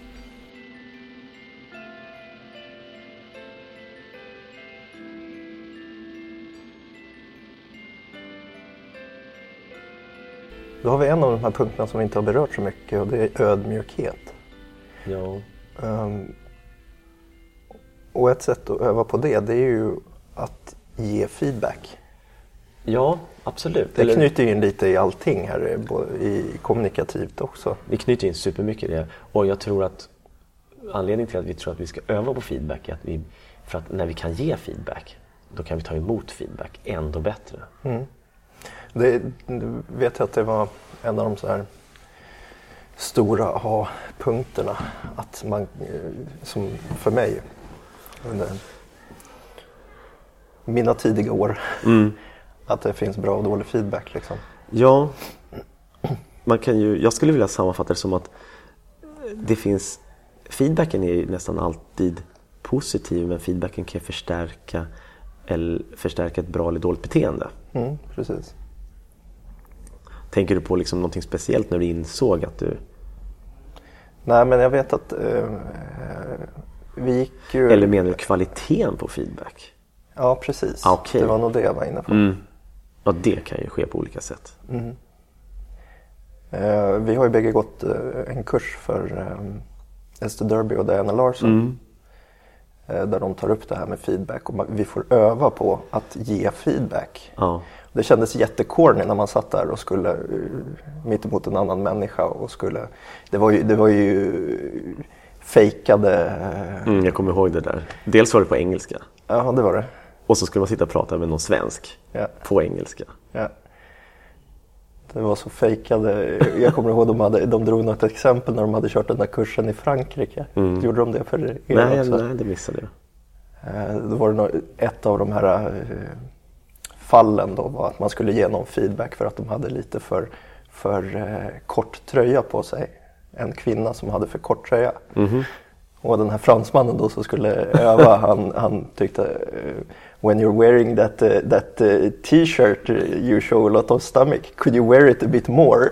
[SPEAKER 2] Då har vi en av de här punkterna som vi inte har berört så mycket, och det är ödmjukhet.
[SPEAKER 1] Ja.
[SPEAKER 2] Um, och ett sätt att öva på det, det är ju att ge feedback.
[SPEAKER 1] Ja, absolut.
[SPEAKER 2] Det knyter in lite i allting här, i kommunikativt också.
[SPEAKER 1] Vi knyter in supermycket i det. Och jag tror att anledningen till att vi tror att vi ska öva på feedback är att vi, för att när vi kan ge feedback, då kan vi ta emot feedback ändå bättre. Mm.
[SPEAKER 2] Det, du vet att det var en av de så här stora aha-punkterna, att man, som för mig under mina tidiga år, mm. att det finns bra och dålig feedback liksom.
[SPEAKER 1] Ja, man kan ju, jag skulle vilja sammanfatta det som att det finns feedbacken är ju nästan alltid positiv, men feedbacken kan förstärka eller förstärka ett bra eller dåligt beteende.
[SPEAKER 2] Mm, precis.
[SPEAKER 1] Tänker du på liksom någonting speciellt när du insåg att du...
[SPEAKER 2] Nej, men jag vet att eh, vi gick ju...
[SPEAKER 1] Eller menar du kvaliteten på feedback?
[SPEAKER 2] Ja, precis.
[SPEAKER 1] Ah, okay.
[SPEAKER 2] Det var nog det jag var inne på.
[SPEAKER 1] Mm. Ja, det kan ju ske på olika sätt.
[SPEAKER 2] Mm. Eh, vi har ju bägge gått eh, en kurs för eh, Esther Derby och Diana Larsson. Mm. Eh, där de tar upp det här med feedback. Och man, vi får öva på att ge feedback.
[SPEAKER 1] Ja.
[SPEAKER 2] Det kändes jättekorny när man satt där och skulle uh, mitt emot en annan människa och skulle... Det var ju, det var ju fejkade... Uh,
[SPEAKER 1] mm, jag kommer ihåg det där. Dels var det på engelska.
[SPEAKER 2] Ja, det var det.
[SPEAKER 1] Och så skulle man sitta och prata med någon svensk. Ja. På engelska.
[SPEAKER 2] Ja. Det var så fejkade. Jag kommer ihåg de hade, de drog något exempel när de hade kört den där kursen i Frankrike. Mm. Gjorde de det för er
[SPEAKER 1] nej,
[SPEAKER 2] också?
[SPEAKER 1] Nej, det missade jag.
[SPEAKER 2] Uh, då var det nog ett av de här... Uh, fallen då var att man skulle ge någon feedback för att de hade lite för, för eh, kort tröja på sig. En kvinna som hade för kort tröja. Mm-hmm. Och den här fransmannen då som skulle öva, han, han tyckte uh, when you're wearing that, uh, that uh, t-shirt you show a lot of stomach. Could you wear it a bit more?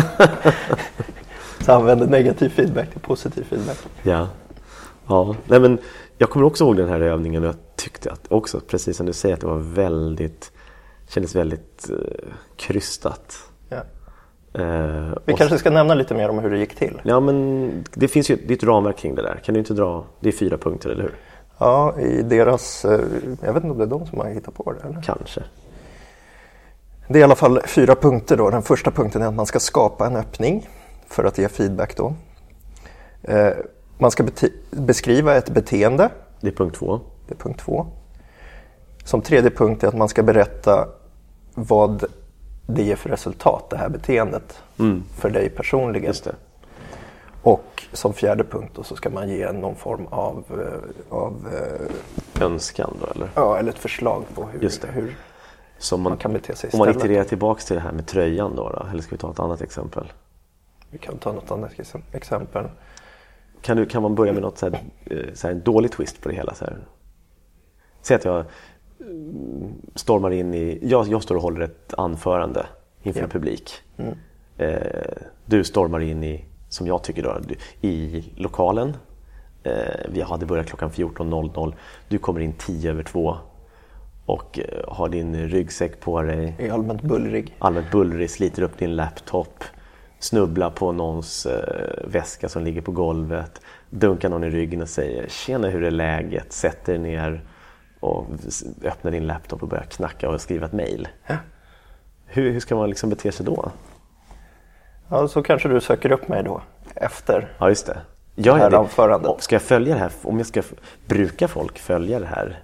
[SPEAKER 2] Så han använde negativ feedback till positiv feedback.
[SPEAKER 1] Ja, ja. Nej, men jag kommer också ihåg den här övningen och jag tyckte att också, precis som du säger, att det var väldigt, kändes väldigt eh, krystat.
[SPEAKER 2] Ja.
[SPEAKER 1] Eh,
[SPEAKER 2] Vi kanske ska nämna lite mer om hur det gick till.
[SPEAKER 1] Ja, men det finns ju det är ett ramverk kring det där. Kan du inte dra, det är fyra punkter, eller hur?
[SPEAKER 2] Ja, i deras, eh, jag vet inte om det är de som har hittat på det, eller?
[SPEAKER 1] Kanske.
[SPEAKER 2] Det är i alla fall fyra punkter då. Den första punkten är att man ska skapa en öppning för att ge feedback då. Eh, man ska bete- beskriva ett beteende.
[SPEAKER 1] Det är punkt två.
[SPEAKER 2] Det är punkt två. Som tredje punkt är att man ska berätta vad det ger för resultat, det här beteendet, mm. för dig personligen.
[SPEAKER 1] Just det.
[SPEAKER 2] Och som fjärde punkt då, så ska man ge någon form av, av
[SPEAKER 1] önskan då, eller?
[SPEAKER 2] Ja, eller ett förslag på hur,
[SPEAKER 1] Just det.
[SPEAKER 2] hur
[SPEAKER 1] som man,
[SPEAKER 2] man kan bete sig
[SPEAKER 1] istället. Om man itererar tillbaka till det här med tröjan då, då, eller ska vi ta ett annat exempel?
[SPEAKER 2] Vi kan ta något annat exempel.
[SPEAKER 1] Kan, du, kan man börja med något så här, så här, en dålig twist på det hela? Så här. Säg att jag stormar in i... Jag, jag står och håller ett anförande inför yeah. en publik. Mm. Eh, du stormar in i, som jag tycker då, i lokalen. Eh, vi hade börjat klockan fjorton noll noll. Du kommer in tio över två och eh, har din ryggsäck på dig.
[SPEAKER 2] Är allmänt bullrig.
[SPEAKER 1] Allmänt bullrig, sliter upp din laptop. Snubblar på någons eh, väska som ligger på golvet. Dunkar någon i ryggen och säger: tjena, hur är läget? Sätter ner och öppnar din laptop och börjar knacka och skriva ett mejl.
[SPEAKER 2] Ja.
[SPEAKER 1] Hur, hur ska man liksom bete sig då?
[SPEAKER 2] Ja, så kanske du söker upp mig då efter
[SPEAKER 1] ja, just det. Jag
[SPEAKER 2] det här
[SPEAKER 1] det.
[SPEAKER 2] anförandet.
[SPEAKER 1] Ska jag följa det här? Om jag ska brukar folk följa det här?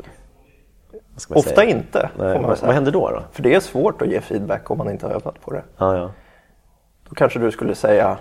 [SPEAKER 2] Ofta säga? Inte.
[SPEAKER 1] Nej, vad, vad händer då, då?
[SPEAKER 2] För det är svårt att ge feedback om man inte har övat på det.
[SPEAKER 1] Ja, ja.
[SPEAKER 2] Då kanske du skulle säga: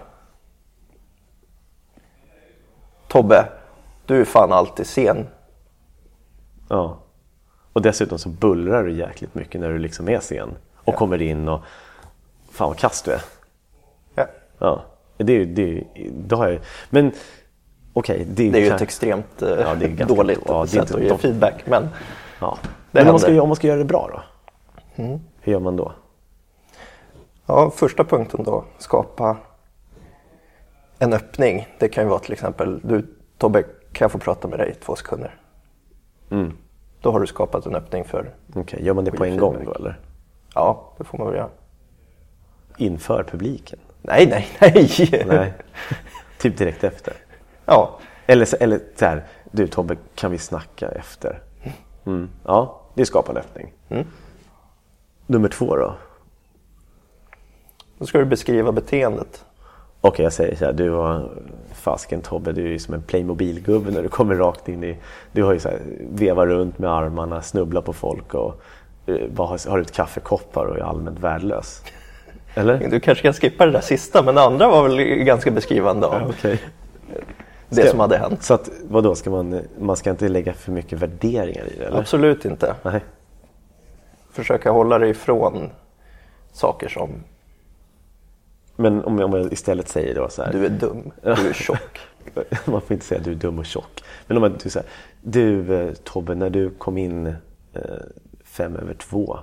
[SPEAKER 2] Tobbe, du är fan alltid sen.
[SPEAKER 1] Ja. Och dessutom så bullrar du jäkligt mycket när du liksom är sen. Och ja. kommer in och fan vad kast du är.
[SPEAKER 2] Ja.
[SPEAKER 1] Ja. Det är ju, det är, det har jag, men okej. Okay, det,
[SPEAKER 2] det är ju kan... ett extremt ja, det är dåligt ja, sätt inte, att ge de... feedback. Men,
[SPEAKER 1] ja. men om, man ska, om man ska göra det bra då? Mm. Hur gör man då?
[SPEAKER 2] Ja, första punkten då, skapa en öppning. Det kan ju vara till exempel: du Tobbe, kan jag få prata med dig i två sekunder? Mm. Då har du skapat en öppning för...
[SPEAKER 1] Okej, okay. Gör man det på en feedback. gång då, eller?
[SPEAKER 2] Ja, det får man väl göra.
[SPEAKER 1] Inför publiken?
[SPEAKER 2] Nej, nej, nej.
[SPEAKER 1] nej. Typ direkt efter?
[SPEAKER 2] Ja.
[SPEAKER 1] Eller, eller så här: du Tobbe, kan vi snacka efter? Mm. Ja, det är skapad öppning. Mm. Nummer två då?
[SPEAKER 2] Då ska du beskriva beteendet.
[SPEAKER 1] Okej, okay, jag säger så här: du var fasken Tobbe, du är ju som en Playmobil-gubbe när du kommer rakt in i... Du har ju så här, vevar runt med armarna, snubblar på folk och bara har, har ut kaffekoppar och är allmänt värdelös. Eller?
[SPEAKER 2] Du kanske kan skippa det där sista, men det andra var väl ganska beskrivande av ja, okay. det ska, som hade hänt.
[SPEAKER 1] Så att, vadå, ska man, man ska inte lägga för mycket värderingar i det, eller?
[SPEAKER 2] Absolut inte.
[SPEAKER 1] Nej.
[SPEAKER 2] Försöka hålla dig ifrån saker som...
[SPEAKER 1] Men om jag, om jag istället säger då så här:
[SPEAKER 2] du är dum, du är tjock.
[SPEAKER 1] man får inte säga att du är dum och tjock. Men om man du säger, du Tobbe, när du kom in eh, fem över två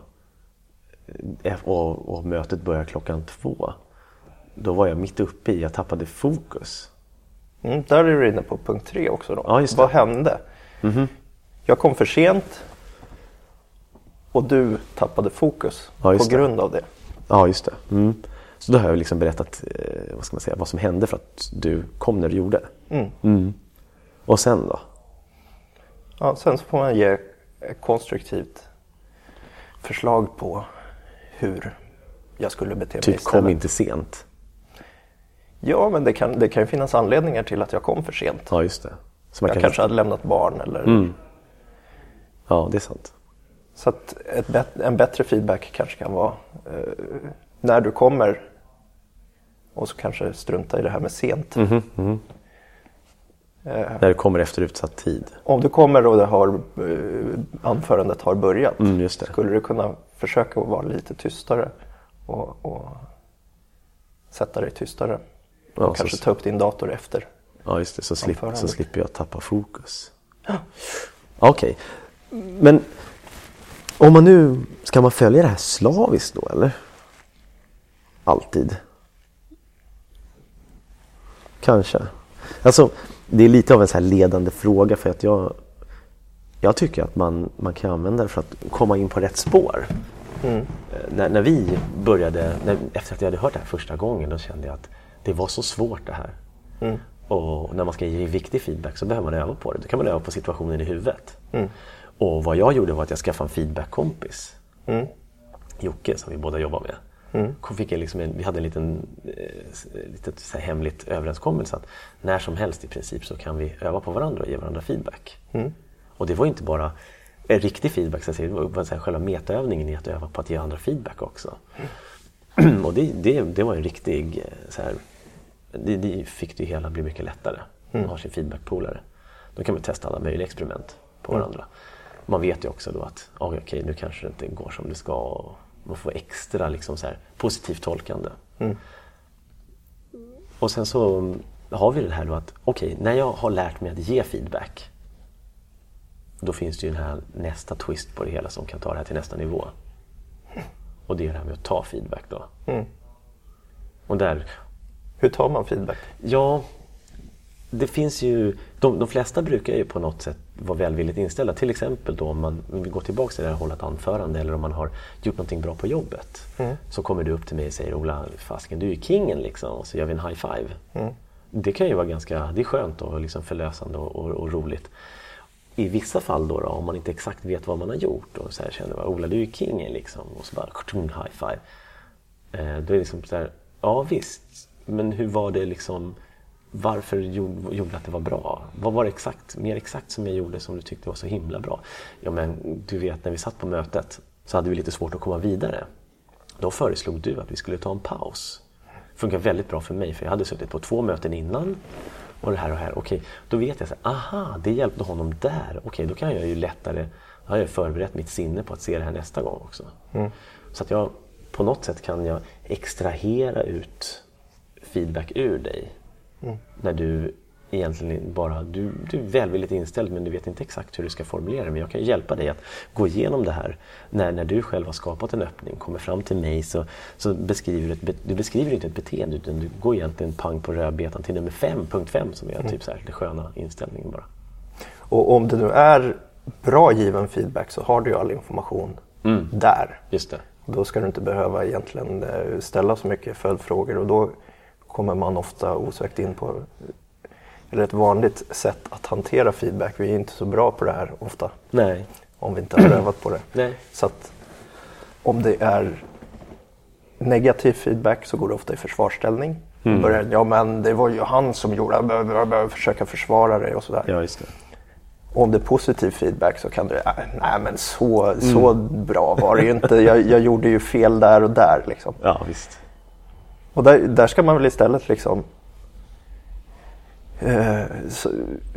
[SPEAKER 1] och, och mötet började klockan två, då var jag mitt uppe i, jag tappade fokus.
[SPEAKER 2] Mm, där är du inne på punkt tre också då.
[SPEAKER 1] Ja, just det.
[SPEAKER 2] Vad hände? Mm-hmm. Jag kom för sent och du tappade fokus
[SPEAKER 1] ja,
[SPEAKER 2] på grund det. av det.
[SPEAKER 1] Ja, just det. Mm. Så då har jag liksom berättat eh, vad ska man säga, vad som hände för att du kom när du gjorde. Mm. Mm. Och sen då?
[SPEAKER 2] Ja, sen så får man ge ett konstruktivt förslag på hur jag skulle bete mig
[SPEAKER 1] typ
[SPEAKER 2] istället.
[SPEAKER 1] Kom inte sent.
[SPEAKER 2] Ja, men det kan, det kan ju finnas anledningar till att jag kom för sent.
[SPEAKER 1] Ja, just det. Så man
[SPEAKER 2] jag
[SPEAKER 1] kan...
[SPEAKER 2] kanske hade lämnat barn eller...
[SPEAKER 1] Mm. Ja, det är sant.
[SPEAKER 2] Så att ett bet- en bättre feedback kanske kan vara eh, när du kommer och så kanske strunta i det här med sent.
[SPEAKER 1] Mm-hmm, mm-hmm. Eh, när du kommer efter utsatt tid.
[SPEAKER 2] Om du kommer och det har, eh, anförandet har börjat,
[SPEAKER 1] mm, just det.
[SPEAKER 2] Skulle du kunna försöka att vara lite tystare och, och sätta dig tystare. Ja, och kanske så... ta upp din dator efter.
[SPEAKER 1] Ja, just det. Så, slip, så slipper jag tappa fokus. Ja. Okej. Okay. Men om man nu, ska man följa det här slaviskt då, eller? Alltid. Kanske. Alltså, det är lite av en så här ledande fråga, för att jag, jag tycker att man, man kan använda det för att komma in på rätt spår. Mm. När, när vi började, när, efter att jag hade hört det här första gången, då kände jag att det var så svårt det här. Mm. Och när man ska ge viktig feedback så behöver man öva på det. Då kan man öva på situationen i huvudet. Mm. Och vad jag gjorde var att jag skaffade en feedback-kompis. Mm. Jocke, som vi båda jobbar med. Mm. Fick jag liksom en, vi hade en liten eh, litet så här hemligt överenskommelse att när som helst i princip så kan vi öva på varandra och ge varandra feedback. Mm. Och det var inte bara en riktig feedback, så att säga, det var så här, själva metaövningen i att öva på att ge andra feedback också. Mm. Och det, det, det var en riktig så här, det, det fick det hela bli mycket lättare. Man har sin feedbackpolare. Då kan man testa alla möjliga experiment på varandra. Mm. Man vet ju också då att oh, okej, okay, nu kanske det inte går som det ska, och man får extra liksom så här positivt tolkande. Mm. Och sen så har vi det här då att okej, okay, när jag har lärt mig att ge feedback, då finns det ju den här nästa twist på det hela som kan ta det här till nästa nivå. Och det är det här med att ta feedback då. Mm. Och där...
[SPEAKER 2] Hur tar man feedback?
[SPEAKER 1] Ja, det finns ju... De, de flesta brukar ju på något sätt vara välvilligt inställda. Till exempel då om man om vi går tillbaka till det här och hålla ett anförande, eller om man har gjort någonting bra på jobbet. Mm. Så kommer du upp till mig och säger: Ola, fasken, du är ju kingen liksom. Och så gör vi en high five. Mm. Det kan ju vara ganska... Det är skönt och liksom förlösande och, och, och roligt. I vissa fall då, då, om man inte exakt vet vad man har gjort och så här känner man: Ola, du är ju kingen liksom. Och så bara high five. Eh, då är det liksom så här, ja visst. Men hur var det liksom, varför gjorde, gjorde att det var bra? Vad var det exakt, mer exakt som jag gjorde som du tyckte var så himla bra? Ja, men du vet, när vi satt på mötet så hade vi lite svårt att komma vidare. Då föreslog du att vi skulle ta en paus. Det funkar väldigt bra för mig, för jag hade suttit på två möten innan och det här och här. Okej, då vet jag så här, aha, det hjälpte honom där. Okej, då kan jag ju lättare, då har jag förberett mitt sinne på att se det här nästa gång också. Mm. Så att jag, på något sätt kan jag extrahera ut feedback ur dig. Mm. När du egentligen bara, du, du är välvilligt inställd, men du vet inte exakt hur du ska formulera det. Men jag kan hjälpa dig att gå igenom det här. När, när du själv har skapat en öppning, kommer fram till mig, så, så beskriver du, ett, du beskriver inte ett beteende, utan du går egentligen pang på rödbetan till nummer fem, punkt fem, som är mm. typ så här, det sköna inställningen bara.
[SPEAKER 2] Och om det nu är bra given feedback, så har du ju all information mm. där.
[SPEAKER 1] Just det.
[SPEAKER 2] Då ska du inte behöva egentligen ställa så mycket följdfrågor, och då kommer man ofta osökt in på, eller ett vanligt sätt att hantera feedback. Vi är inte så bra på det här ofta.
[SPEAKER 1] Nej.
[SPEAKER 2] Om vi inte har övat på det.
[SPEAKER 1] Nej.
[SPEAKER 2] Så att om det är negativ feedback så går det ofta i försvarsställning. Mm. Börjar, ja men det var ju han som gjorde, jag behöver, jag behöver försöka försvara det och sådär.
[SPEAKER 1] Ja, just det.
[SPEAKER 2] Och om det är positiv feedback så kan du, nej men så, mm. så bra var det ju inte. Jag, jag gjorde ju fel där och där liksom.
[SPEAKER 1] Ja, visst.
[SPEAKER 2] Och där, där ska man väl istället liksom eh, så,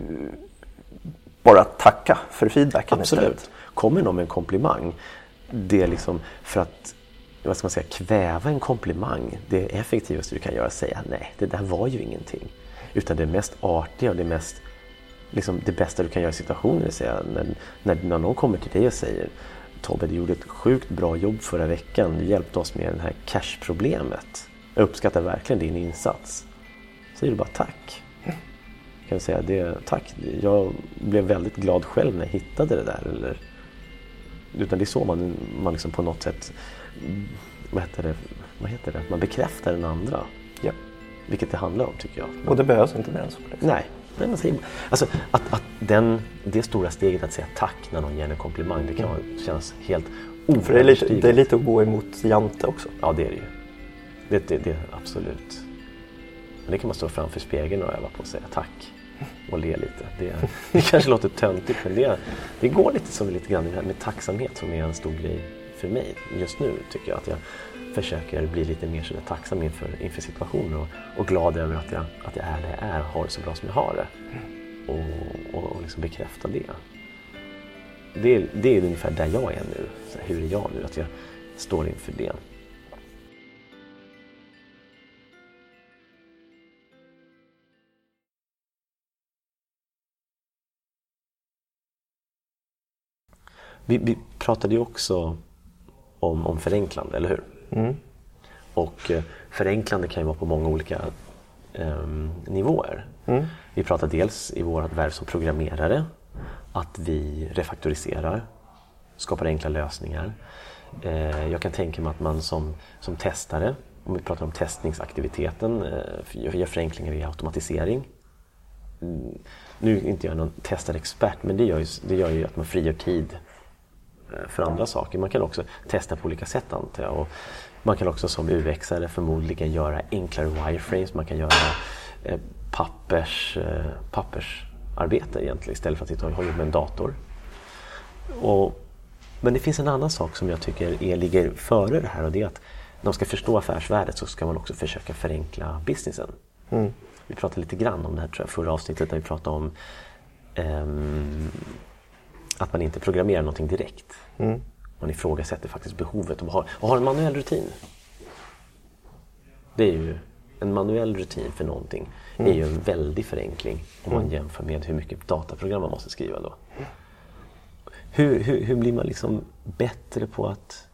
[SPEAKER 2] bara tacka för feedbacken.
[SPEAKER 1] Absolut.
[SPEAKER 2] Istället.
[SPEAKER 1] Kommer någon med en komplimang, det är liksom för att, vad ska man säga, kväva en komplimang. Det effektivaste du kan göra är att säga: nej, det där var ju ingenting. Utan det mest artiga och det mest liksom det bästa du kan göra i situationen. Säga, när, när, när någon kommer till dig och säger Tobbe, du gjorde ett sjukt bra jobb förra veckan. Du hjälpte oss med det här cash-problemet. Jag uppskattar verkligen din insats. Så säger du bara tack. Kan jag säga det, tack. Jag blev väldigt glad själv när jag hittade det där. Eller, utan det är så man, man liksom på något sätt vad heter det, vad heter det? Man bekräftar den andra.
[SPEAKER 2] Ja.
[SPEAKER 1] Vilket det handlar om tycker jag.
[SPEAKER 2] Och det behövs inte mer än så. Liksom.
[SPEAKER 1] Nej. Nej man säger, alltså, att, att den, det stora steget att säga tack när någon ger en komplimang, det kan mm. kännas helt oöverstigligt.
[SPEAKER 2] För det är, lite, det är lite att gå emot Jante också.
[SPEAKER 1] Ja, det är det ju. Det, det, det absolut. Men det kan man stå framför spegeln och öva på att säga tack. Och le lite. Det, det kanske låter töntigt, men det, det går lite som lite grann med tacksamhet som är en stor grej för mig. Just nu tycker jag att jag försöker bli lite mer så tacksam inför, inför situationer och, och glad över att jag, att jag är det jag är och har det så bra som jag har det. Och, och, och liksom bekräfta det. Det, det är ungefär där jag är nu. Så här, hur är jag nu? Att jag står inför det. Vi, vi pratade ju också om, om förenklande, eller hur?
[SPEAKER 2] Mm.
[SPEAKER 1] Och eh, förenklande kan ju vara på många olika eh, nivåer.
[SPEAKER 2] Mm.
[SPEAKER 1] Vi pratar dels i vårt värv som programmerare att vi refaktoriserar, skapar enkla lösningar. Eh, jag kan tänka mig att man som, som testare, om vi pratar om testningsaktiviteten, eh, gör förenklingar i automatisering. Mm. Nu är inte jag någon testarexpert, men det gör, ju, det gör ju att man frigör tid för andra saker. Man kan också testa på olika sätt antar jag. Och man kan också som U X-are förmodligen göra enklare wireframes. Man kan göra eh, pappers, eh, pappersarbete egentligen istället för att sitta och hålla med en dator. Och, men det finns en annan sak som jag tycker är, ligger före det här och det är att när man ska förstå affärsvärdet så ska man också försöka förenkla businessen.
[SPEAKER 2] Mm.
[SPEAKER 1] Vi pratade lite grann om det här tror jag, förra avsnittet när vi pratade om ehm, att man inte programmerar någonting direkt.
[SPEAKER 2] Mm.
[SPEAKER 1] Man ifrågasätter faktiskt behovet och har, och har en manuell rutin. Det är ju en manuell rutin för någonting. Mm. är ju en väldig förenkling om man mm. jämför med hur mycket dataprogram man måste skriva då. Hur, hur, hur blir man liksom bättre på att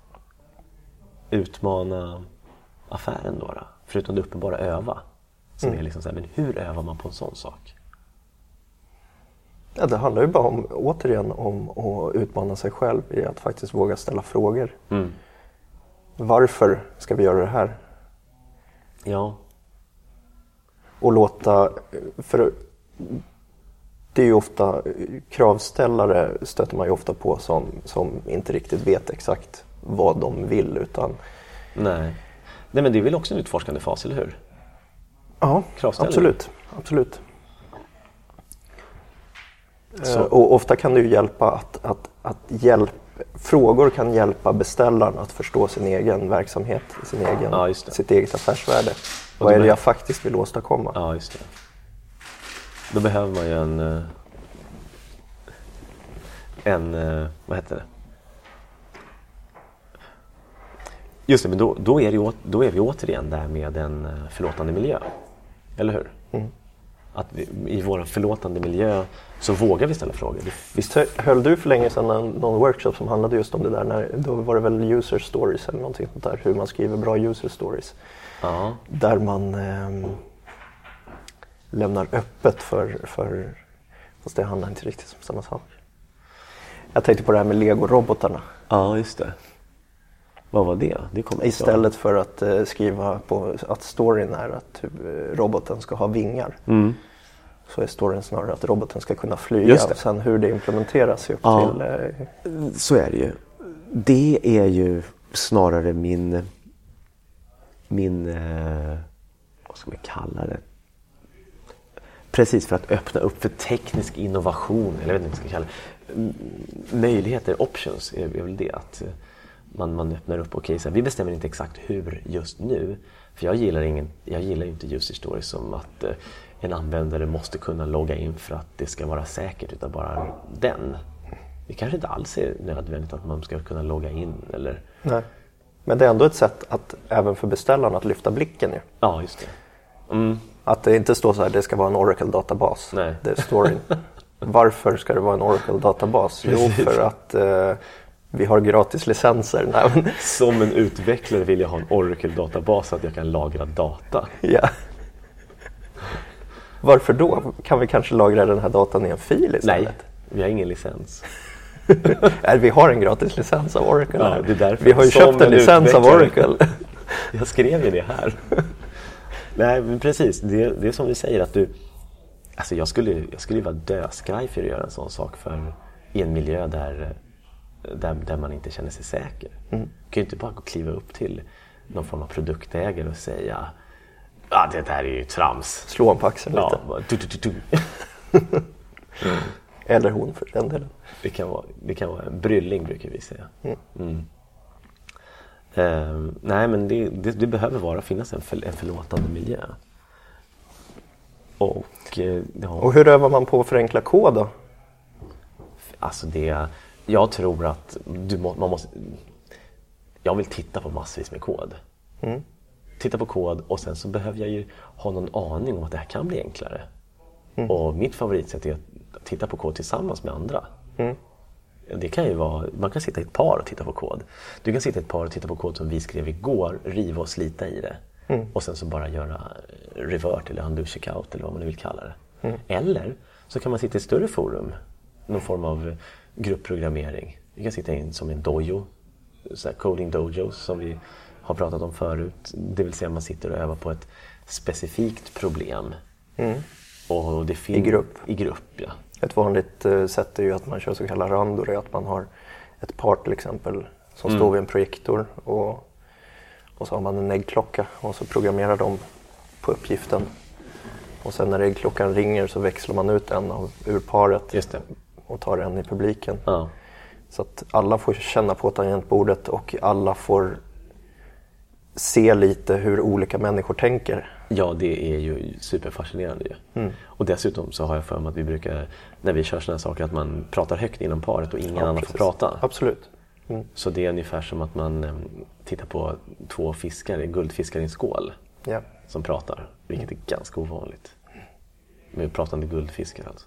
[SPEAKER 1] utmana affären då? då? Förutom det uppenbara öva. Som mm. är liksom så här, men hur övar man på en sån sak?
[SPEAKER 2] Ja, det handlar ju bara om, återigen om att utmana sig själv i att faktiskt våga ställa frågor.
[SPEAKER 1] Mm.
[SPEAKER 2] Varför ska vi göra det här?
[SPEAKER 1] Ja.
[SPEAKER 2] Och låta, för det är ju ofta, kravställare stöter man ju ofta på som, som inte riktigt vet exakt vad de vill utan...
[SPEAKER 1] Nej. Nej men det är väl också en utforskande fas, eller hur?
[SPEAKER 2] Ja, absolut. absolut.
[SPEAKER 1] Så.
[SPEAKER 2] Och ofta kan det ju hjälpa att, att, att hjälp, frågor kan hjälpa beställaren att förstå sin egen verksamhet, sin egen,
[SPEAKER 1] ja,
[SPEAKER 2] sitt eget affärsvärde. Och vad är det jag faktiskt vill åstadkomma?
[SPEAKER 1] Ja, just det. Då behöver man ju en, en vad heter det? Just det, men då, då, är det, då är vi återigen där med en förlåtande miljö. Eller hur?
[SPEAKER 2] Mm.
[SPEAKER 1] Att vi, i vår förlåtande miljö så vågar vi ställa frågor.
[SPEAKER 2] Visst höll du för länge sedan någon, någon workshop som handlade just om det där? När, då var det väl user stories eller någonting sånt där. Hur man skriver bra user stories.
[SPEAKER 1] Ja.
[SPEAKER 2] Där man eh, lämnar öppet för, för... Fast det handlar inte riktigt om samma sak. Jag tänkte på det här med Lego-robotarna.
[SPEAKER 1] Ja, just det. Vad var det? Det kom
[SPEAKER 2] Istället för att eh, skriva på att storyn är att typ, roboten ska ha vingar.
[SPEAKER 1] Mm.
[SPEAKER 2] Så är storyn snarare att roboten ska kunna flyga. Och sen hur det implementeras upp
[SPEAKER 1] ja,
[SPEAKER 2] till... Eh...
[SPEAKER 1] Så är det ju. Det är ju snarare min... Min... Eh, vad ska man kalla det? Precis för att öppna upp för teknisk innovation. Eller jag vet inte vad jag ska kalla det. Möjligheter, options är, är väl det att... Man, man öppnar upp, okej, okay, så här, vi bestämmer inte exakt hur just nu. För jag gillar, ingen, jag gillar inte user stories som att eh, en användare måste kunna logga in för att det ska vara säkert, utan bara den. Det kanske inte alls är nödvändigt att man ska kunna logga in. Eller...
[SPEAKER 2] Nej. Men det är ändå ett sätt att även för beställaren att lyfta blicken. Ju.
[SPEAKER 1] Ja, just det. Mm.
[SPEAKER 2] Att det inte står så här, det ska vara en Oracle-databas.
[SPEAKER 1] Nej.
[SPEAKER 2] Det är storyn. Varför ska det vara en Oracle-databas? Jo, för att eh, vi har gratis licenser. Nej, men...
[SPEAKER 1] Som en utvecklare vill jag ha en Oracle-databas så att jag kan lagra data.
[SPEAKER 2] Ja. Varför då? Kan vi kanske lagra den här datan i en fil istället?
[SPEAKER 1] Nej, vi har ingen licens.
[SPEAKER 2] Nej, vi har en gratis licens av Oracle.
[SPEAKER 1] Ja, det är därför.
[SPEAKER 2] Vi har ju
[SPEAKER 1] Som
[SPEAKER 2] köpt en,
[SPEAKER 1] en
[SPEAKER 2] licens
[SPEAKER 1] utvecklare.
[SPEAKER 2] av Oracle.
[SPEAKER 1] Jag skrev ju det här. Nej, men precis. Det, det är som vi säger att du... Alltså jag skulle, jag skulle vara döskraj för att göra en sån sak för, i en miljö där, där, där man inte känner sig säker. Mm. Du kan ju inte bara gå och kliva upp till någon form av produktägare och säga ja, ah, det där är ju trams.
[SPEAKER 2] Slå en på axeln lite.
[SPEAKER 1] Ja, bara, du, du, du, du.
[SPEAKER 2] Mm. Eller hon för den delen.
[SPEAKER 1] Det kan vara, det kan vara en brylling brukar vi säga. Mm. Mm. Uh, nej, men det, det, det behöver vara finnas en, för, en förlåtande miljö. Och, uh, ja.
[SPEAKER 2] Och hur övar man på att förenkla kod då?
[SPEAKER 1] Alltså det, jag tror att du må, man måste... Jag vill titta på massvis med kod. Mm. Titta på kod och sen så behöver jag ju ha någon aning om att det här kan bli enklare. Mm. Och mitt favoritsätt är att titta på kod tillsammans med andra. Mm. Det kan ju vara, man kan sitta i ett par och titta på kod. Du kan sitta i ett par och titta på kod som vi skrev igår, riva och slita i det. Mm. Och sen så bara göra revert eller undo checkout eller vad man nu vill kalla det. Mm. Eller så kan man sitta i ett större forum, någon form av gruppprogrammering. Vi kan sitta in som en dojo, så här coding dojos som vi har pratat om förut. Det vill säga man sitter och övar på ett specifikt problem. Mm. Och det fin-
[SPEAKER 2] I grupp.
[SPEAKER 1] I grupp, ja.
[SPEAKER 2] Ett vanligt uh, sätt är ju att man kör så kallade randor, att man har ett par till exempel som mm. står vid en projektor och, och så har man en äggklocka och så programmerar de på uppgiften. Och sen när äggklockan ringer så växlar man ut en av, ur paret.
[SPEAKER 1] Just det.
[SPEAKER 2] Och tar en i publiken.
[SPEAKER 1] Ja.
[SPEAKER 2] Så att alla får känna på tangentbordet och alla får se lite hur olika människor tänker.
[SPEAKER 1] Ja, det är ju superfascinerande ju. Mm. Och dessutom så har jag för mig att vi brukar, när vi kör sådana här saker, att man pratar högt inom paret och ingen ja, annan precis. Får prata.
[SPEAKER 2] Absolut. Mm.
[SPEAKER 1] Så det är ungefär som att man äm, tittar på två fiskare, guldfiskar i en skål
[SPEAKER 2] ja.
[SPEAKER 1] Som pratar, vilket mm. är ganska ovanligt. Med pratande guldfiskar alltså.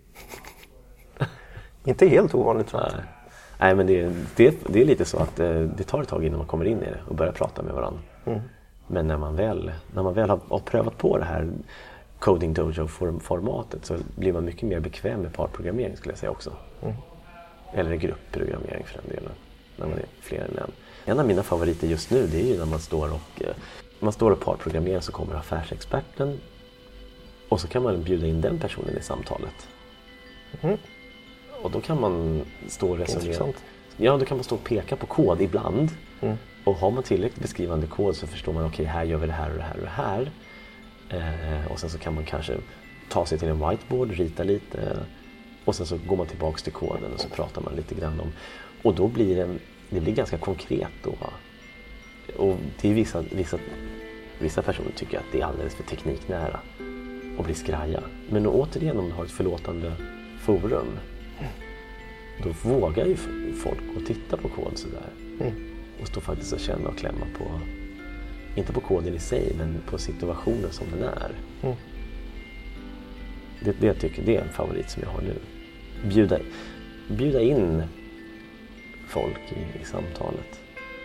[SPEAKER 2] Inte helt ovanligt tror jag.
[SPEAKER 1] Nej. Nej, men det, det, det är lite så att eh, det tar ett tag innan man kommer in i det och börjar prata med varandra. Mm. Men när man väl, när man väl har, har prövat på det här coding dojo-formatet så blir man mycket mer bekväm med parprogrammering skulle jag säga också. Mm. Eller gruppprogrammering för den delen, när man är fler än en. En av mina favoriter just nu det är ju när man står och, eh, man står och parprogrammerar så kommer affärsexperten och så kan man bjuda in den personen i samtalet. Mm. Och då kan man stå och resonera.
[SPEAKER 2] Intressant.
[SPEAKER 1] Ja, då kan man stå och peka på kod ibland.
[SPEAKER 2] Mm.
[SPEAKER 1] Och har man tillräckligt beskrivande kod så förstår man okej, okay, här gör vi det här och det här och det här. Eh, och sen så kan man kanske ta sig till en whiteboard, rita lite. Och sen så går man tillbaka till koden och så pratar man lite grann om. Och då blir det, det blir ganska konkret då. Och till vissa, vissa, vissa personer tycker att det är alldeles för tekniknära och blir skraja. Men återigen om du har ett förlåtande forum. Då vågar ju folk att titta på kod sådär. Mm. Och stå faktiskt och känna och klämma på, inte på koden i sig, men på situationen som den är. Mm. Det, det, jag tycker, det är en favorit som jag har nu. Bjuda, bjuda in folk i, i samtalet.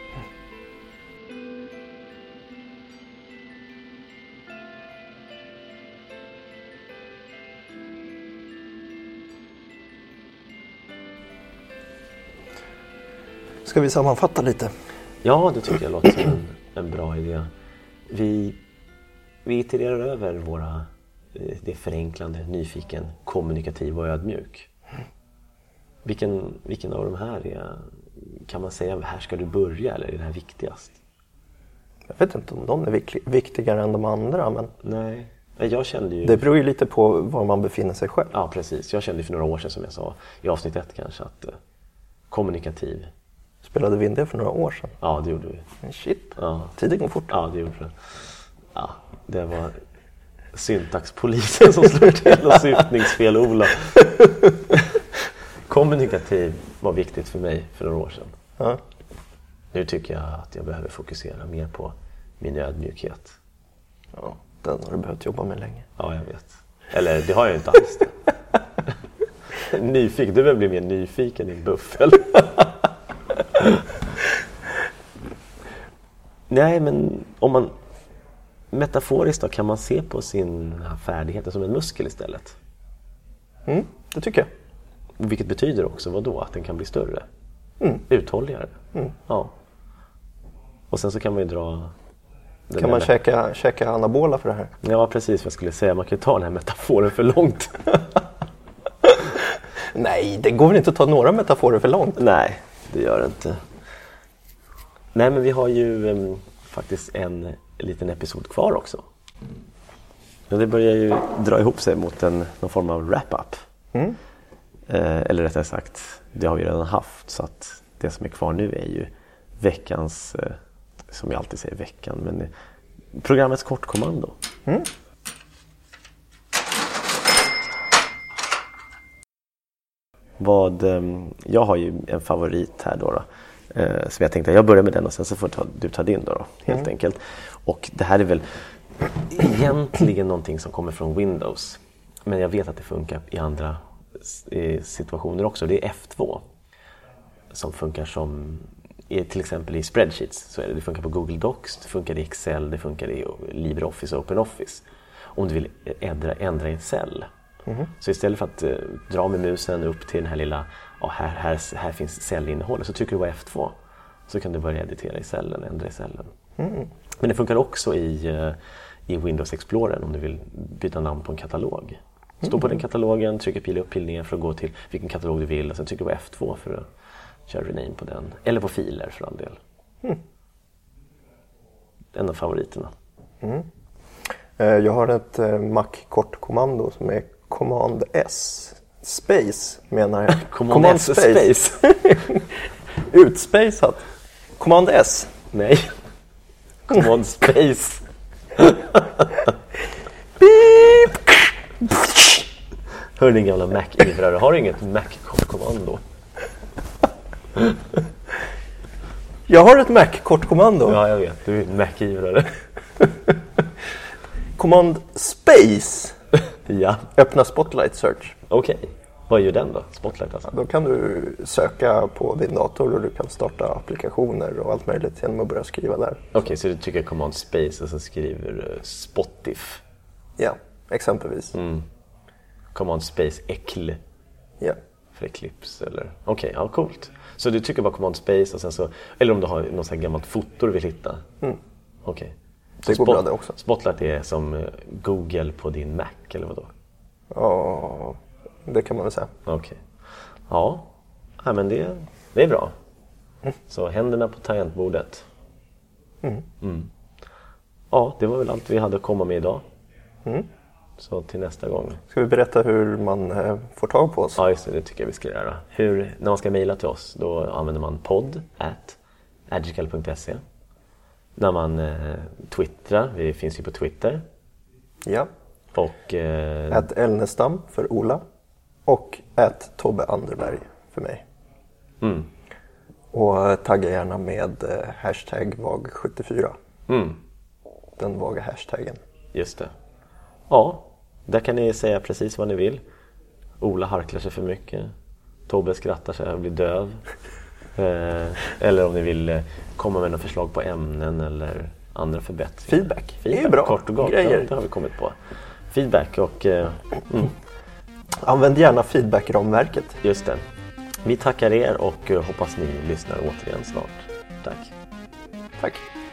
[SPEAKER 2] Ska vi sammanfatta lite?
[SPEAKER 1] Ja, det tycker jag låter som en, en bra idé. Vi, vi itererar över våra, det förenklande, nyfiken, kommunikativ och ödmjuk. Vilken, vilken av de här är, kan man säga, här ska du börja eller är det här viktigast?
[SPEAKER 2] Jag vet inte om de är vik- viktigare än de andra. Men
[SPEAKER 1] nej, jag kände ju...
[SPEAKER 2] Det beror ju lite på var man befinner sig själv.
[SPEAKER 1] Ja, precis. Jag kände för några år sedan, som jag sa, i avsnitt ett kanske, att eh, kommunikativ.
[SPEAKER 2] Spelade vi in det för några år sedan?
[SPEAKER 1] Ja, det gjorde vi.
[SPEAKER 2] Men shit,
[SPEAKER 1] ja.
[SPEAKER 2] Tiden går fort.
[SPEAKER 1] Ja, det gjorde det. Ja, det var syntaxpolisen som slog till och syftningsfel Ola. Kommunikativ var viktigt för mig för några år sedan.
[SPEAKER 2] Ja.
[SPEAKER 1] Nu tycker jag att jag behöver fokusera mer på min ödmjukhet.
[SPEAKER 2] Ja. Den har du behövt jobba med länge.
[SPEAKER 1] Ja, jag vet. Eller det har jag ju inte alls. Nyfiken, du vill bli mer nyfiken i en buffel. Nej, men om man metaforiskt då kan man se på sina färdigheter som en muskel istället.
[SPEAKER 2] Mm, det tycker jag.
[SPEAKER 1] Vilket betyder också vad då? Att den kan bli större.
[SPEAKER 2] Mm.
[SPEAKER 1] Uthålligare.
[SPEAKER 2] Mm.
[SPEAKER 1] Ja. Och sen så kan man ju dra...
[SPEAKER 2] Kan man käka, käka anabola för det här?
[SPEAKER 1] Ja, precis vad jag skulle säga. Man kan ju ta den här metaforen för långt.
[SPEAKER 2] Nej, det går väl inte att ta några metaforer för långt?
[SPEAKER 1] Nej, det gör det inte. Nej, men vi har ju um, faktiskt en liten episod kvar också. Men det börjar ju dra ihop sig mot en, någon form av wrap-up. Mm. Eh, eller rättare sagt, det har vi redan haft. Så att det som är kvar nu är ju veckans, eh, som jag alltid säger veckan, men eh, programmets kortkommando. Mm. Vad, eh, jag har ju en favorit här då. då. Eh, så jag tänkte att jag börjar med den och sen så får ta, du ta din då, då helt mm. enkelt. Och det här är väl egentligen någonting som kommer från Windows. Men jag vet att det funkar i andra situationer också. Det är F två som funkar som till exempel i spreadsheets. Så är det, det funkar på Google Docs, det funkar i Excel, det funkar i LibreOffice och OpenOffice. Om du vill ändra, ändra en cell. Mm. Så istället för att uh, dra med musen upp till den här lilla, oh, här, här, här finns cellinnehåll, så trycker du på F två. Så kan du börja editera i cellen, ändra i cellen. Mm. Men det funkar också i, uh, i Windows Explorer om du vill byta namn på en katalog. Stå mm. på den katalogen, trycka pil upp, pil ner för att gå till vilken katalog du vill. Och sen trycker du på F två för att köra rename på den. Eller på filer för all del. Mm. En av favoriterna.
[SPEAKER 2] Mm. Jag har ett Mac-kortkommando som är Command S. Space menar jag.
[SPEAKER 1] Command, Command S Space. space.
[SPEAKER 2] Utspejsat. Command S.
[SPEAKER 1] Nej. Command Space.
[SPEAKER 2] Beep.
[SPEAKER 1] Hör din gamla Mac-ivrare, har du inget Mac-kortkommando?
[SPEAKER 2] Jag har ett Mac-kortkommando.
[SPEAKER 1] Ja, jag vet. Du är en Mac-ivrare.
[SPEAKER 2] Command Space.
[SPEAKER 1] Ja.
[SPEAKER 2] Öppna Spotlight Search.
[SPEAKER 1] Okej. Okay. Vad gör den då? Spotlight alltså?
[SPEAKER 2] Då kan du söka på din dator och du kan starta applikationer och allt möjligt genom att börja skriva där.
[SPEAKER 1] Okej, okay, så du tycker Command Space och så skriver du Spotif?
[SPEAKER 2] Ja, exempelvis.
[SPEAKER 1] Mm. Command Space Ecl.
[SPEAKER 2] Ja.
[SPEAKER 1] För Eclipse eller... Okej, okay, ja, coolt. Så du tycker bara Command Space och sen så... Eller om du har något så här gammalt foto du vill hitta. Mm. Okej. Okay.
[SPEAKER 2] Det går bra det också.
[SPEAKER 1] Spotlight är som Google på din Mac, eller vad då?
[SPEAKER 2] Ja, det kan man väl säga.
[SPEAKER 1] Okej. Okay. Ja, ja, men det, det är bra. Mm. Så händerna på tangentbordet. Mm. Mm. Ja, det var väl allt vi hade att komma med idag. Mm. Så till nästa gång.
[SPEAKER 2] Ska vi berätta hur man eh, får tag på oss?
[SPEAKER 1] Ja, just det, det tycker jag vi ska göra. Hur, när man ska mejla till oss, då använder man podd at agical punkt se. När man eh, twittrar, vi finns ju på Twitter.
[SPEAKER 2] Ja.
[SPEAKER 1] Och... Eh,
[SPEAKER 2] at Elnestam för Ola. Och at Tobbe Anderberg för mig. Mm. Och tagga gärna med eh, hashtag vag sjuttiofyra. Mm. Den vaga hashtaggen.
[SPEAKER 1] Just det. Ja, där kan ni säga precis vad ni vill. Ola harklar sig för mycket. Tobbe skrattar sig och blir döv. eh, eller om ni vill eh, komma med några förslag på ämnen eller andra förbättringar.
[SPEAKER 2] Feedback, Feedback. Det är bra.
[SPEAKER 1] Kort och gott,
[SPEAKER 2] grejer.
[SPEAKER 1] Det har vi kommit på. Feedback och... Eh, mm.
[SPEAKER 2] Använd gärna feedback-ramverket.
[SPEAKER 1] Just det. Vi tackar er och hoppas ni lyssnar återigen snart. Tack.
[SPEAKER 2] Tack.